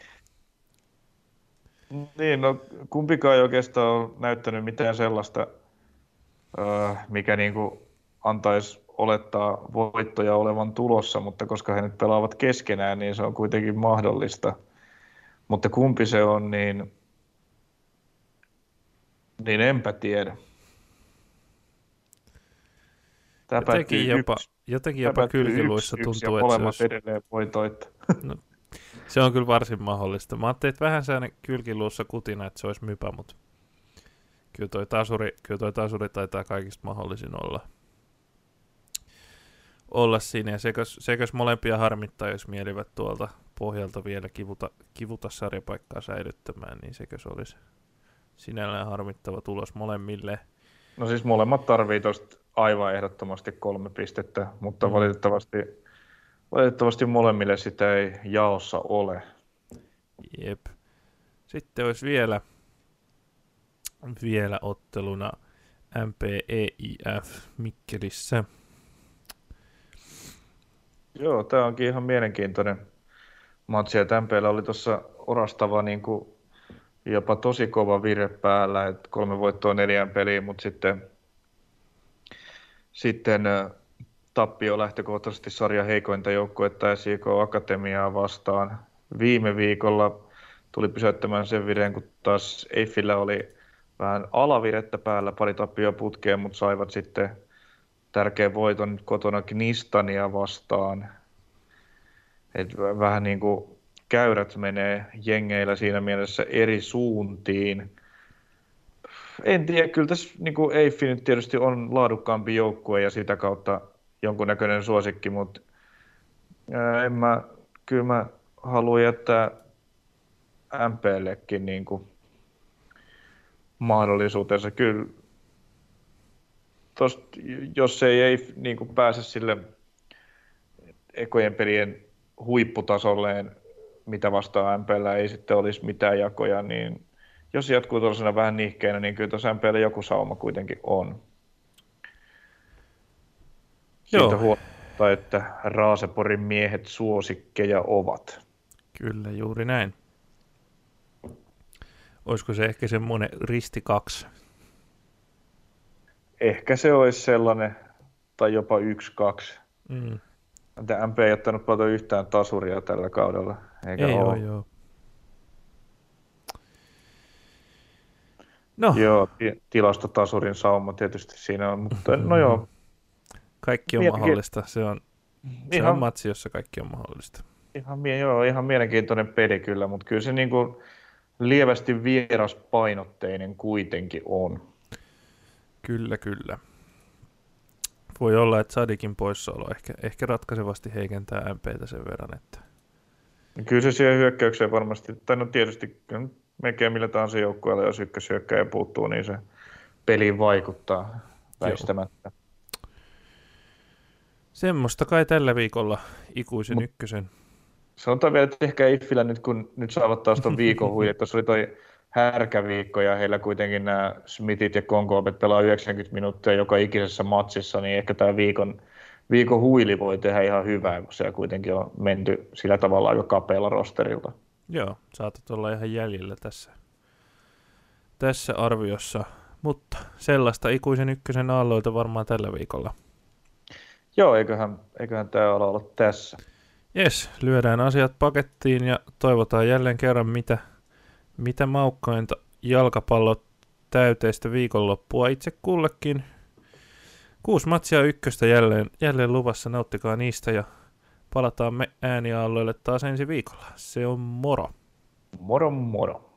Niin, no kumpikaan ei oikeastaan ole näyttänyt mitään sellaista, mikä niinku antaisi olettaa voittoja olevan tulossa, mutta koska he nyt pelaavat keskenään, niin se on kuitenkin mahdollista. Mutta kumpi se on, niin enpä tiedä. Jotenkin jopa kylkiluissa tuntuu, että molemmat olisi... edelleen voitoitta. No, se on kyllä varsin mahdollista. Mä ajattelin, että vähän sellainen kylkiluussa kutina, että se olisi Mypä, mutta kyllä toi tasuri taitaa kaikista mahdollisin olla siinä. Ja sekös molempia harmittaa, jos mielivät tuolta pohjalta vielä kivuta sarjapaikkaa säilyttämään, niin sekös olisi sinällään harmittava tulos molemmille. No siis molemmat tarvii tuosta aivan ehdottomasti 3 pistettä, mutta valitettavasti molemmille sitä ei jaossa ole. Jep. Sitten olisi vielä otteluna MPEIF Mikkelissä. Joo, tämä onkin ihan mielenkiintoinen matsi. MP:llä oli tuossa orastava niin kuin jopa tosi kova vire päällä, että 3 voittoa 4 peliin, mutta sitten tappio lähtökohtaisesti sarjan heikointa joukkuetta SJK Akatemiaa vastaan. Viime viikolla tuli pysäyttämään sen vireen, kun taas Eiffillä oli vähän alavirettä päällä, pari tappioa putkeen, mutta saivat sitten tärkeän voiton kotona Gnistania vastaan. Et vähän niin kuin käyrät menee jengeillä siinä mielessä eri suuntiin. En tiedä, kyllä tässä niin kuin Eiffi nyt tietysti on laadukkaampi joukkue ja sitä kautta jonkunnäköinen suosikki, mutta kyllä mä haluan jättää MP:llekin niin kuin mahdollisuutensa. Kyllä, jos ei niin kuin pääse sille ekojen pelien huipputasolleen, mitä vastaan MP:llä ei sitten olisi mitään jakoja, niin jos jatkuu tuollaisena vähän nihkeenä, niin kyllä tuossa MP:llä joku sauma kuitenkin on. Siitä huolimatta, että Raaseporin miehet suosikkeja ovat. Kyllä, juuri näin. Olisiko se ehkä semmoinen risti 2? Ehkä se olisi sellainen, tai jopa 1-2. MP ei ottanut paljon yhtään tasuria tällä kaudella, eikä ei ole. Joo. No. Joo, tilastotasurin sauma tietysti siinä on, mutta no joo. Kaikki on mahdollista. Se on matsi, jossa kaikki on mahdollista. Ihan mielenkiintoinen peli kyllä, mutta kyllä se niin kuin lievästi vieraspainotteinen kuitenkin on. Kyllä. Voi olla, että Sadikin poissaolo ehkä ratkaisevasti heikentää MP:tä sen verran, että... Kyllä se siihen hyökkäykseen varmasti, tai no tietysti melkein millä tahansa joukkueella, jos ykköshyökkäjä puuttuu, niin se peliin vaikuttaa väistämättä. Semmoista kai tällä viikolla ikuisen ykkösen. Sanotaan vielä, että ehkä Iffillä nyt, kun nyt saavat taas tuon viikon huili, tuossa oli toi härkäviikko ja heillä kuitenkin nämä Smithit ja Konkoopet pelaa 90 minuuttia joka ikisessä matsissa, niin ehkä tämä viikon huili voi tehdä ihan hyvää, kun se kuitenkin on menty sillä tavalla aika kapealla rosterilta. Joo, saatat olla ihan jäljellä tässä arviossa, mutta sellaista ikuisen ykkösen aalloilta varmaan tällä viikolla. Joo, eiköhän tämä ala olla tässä. Jes, lyödään asiat pakettiin ja toivotaan jälleen kerran mitä maukkainta jalkapallot täyteistä viikonloppua itse kullekin. 6 matsia ykköstä jälleen luvassa, nauttikaa niistä ja palataan me ääniaalloille taas ensi viikolla. Se on moro. Moro moro.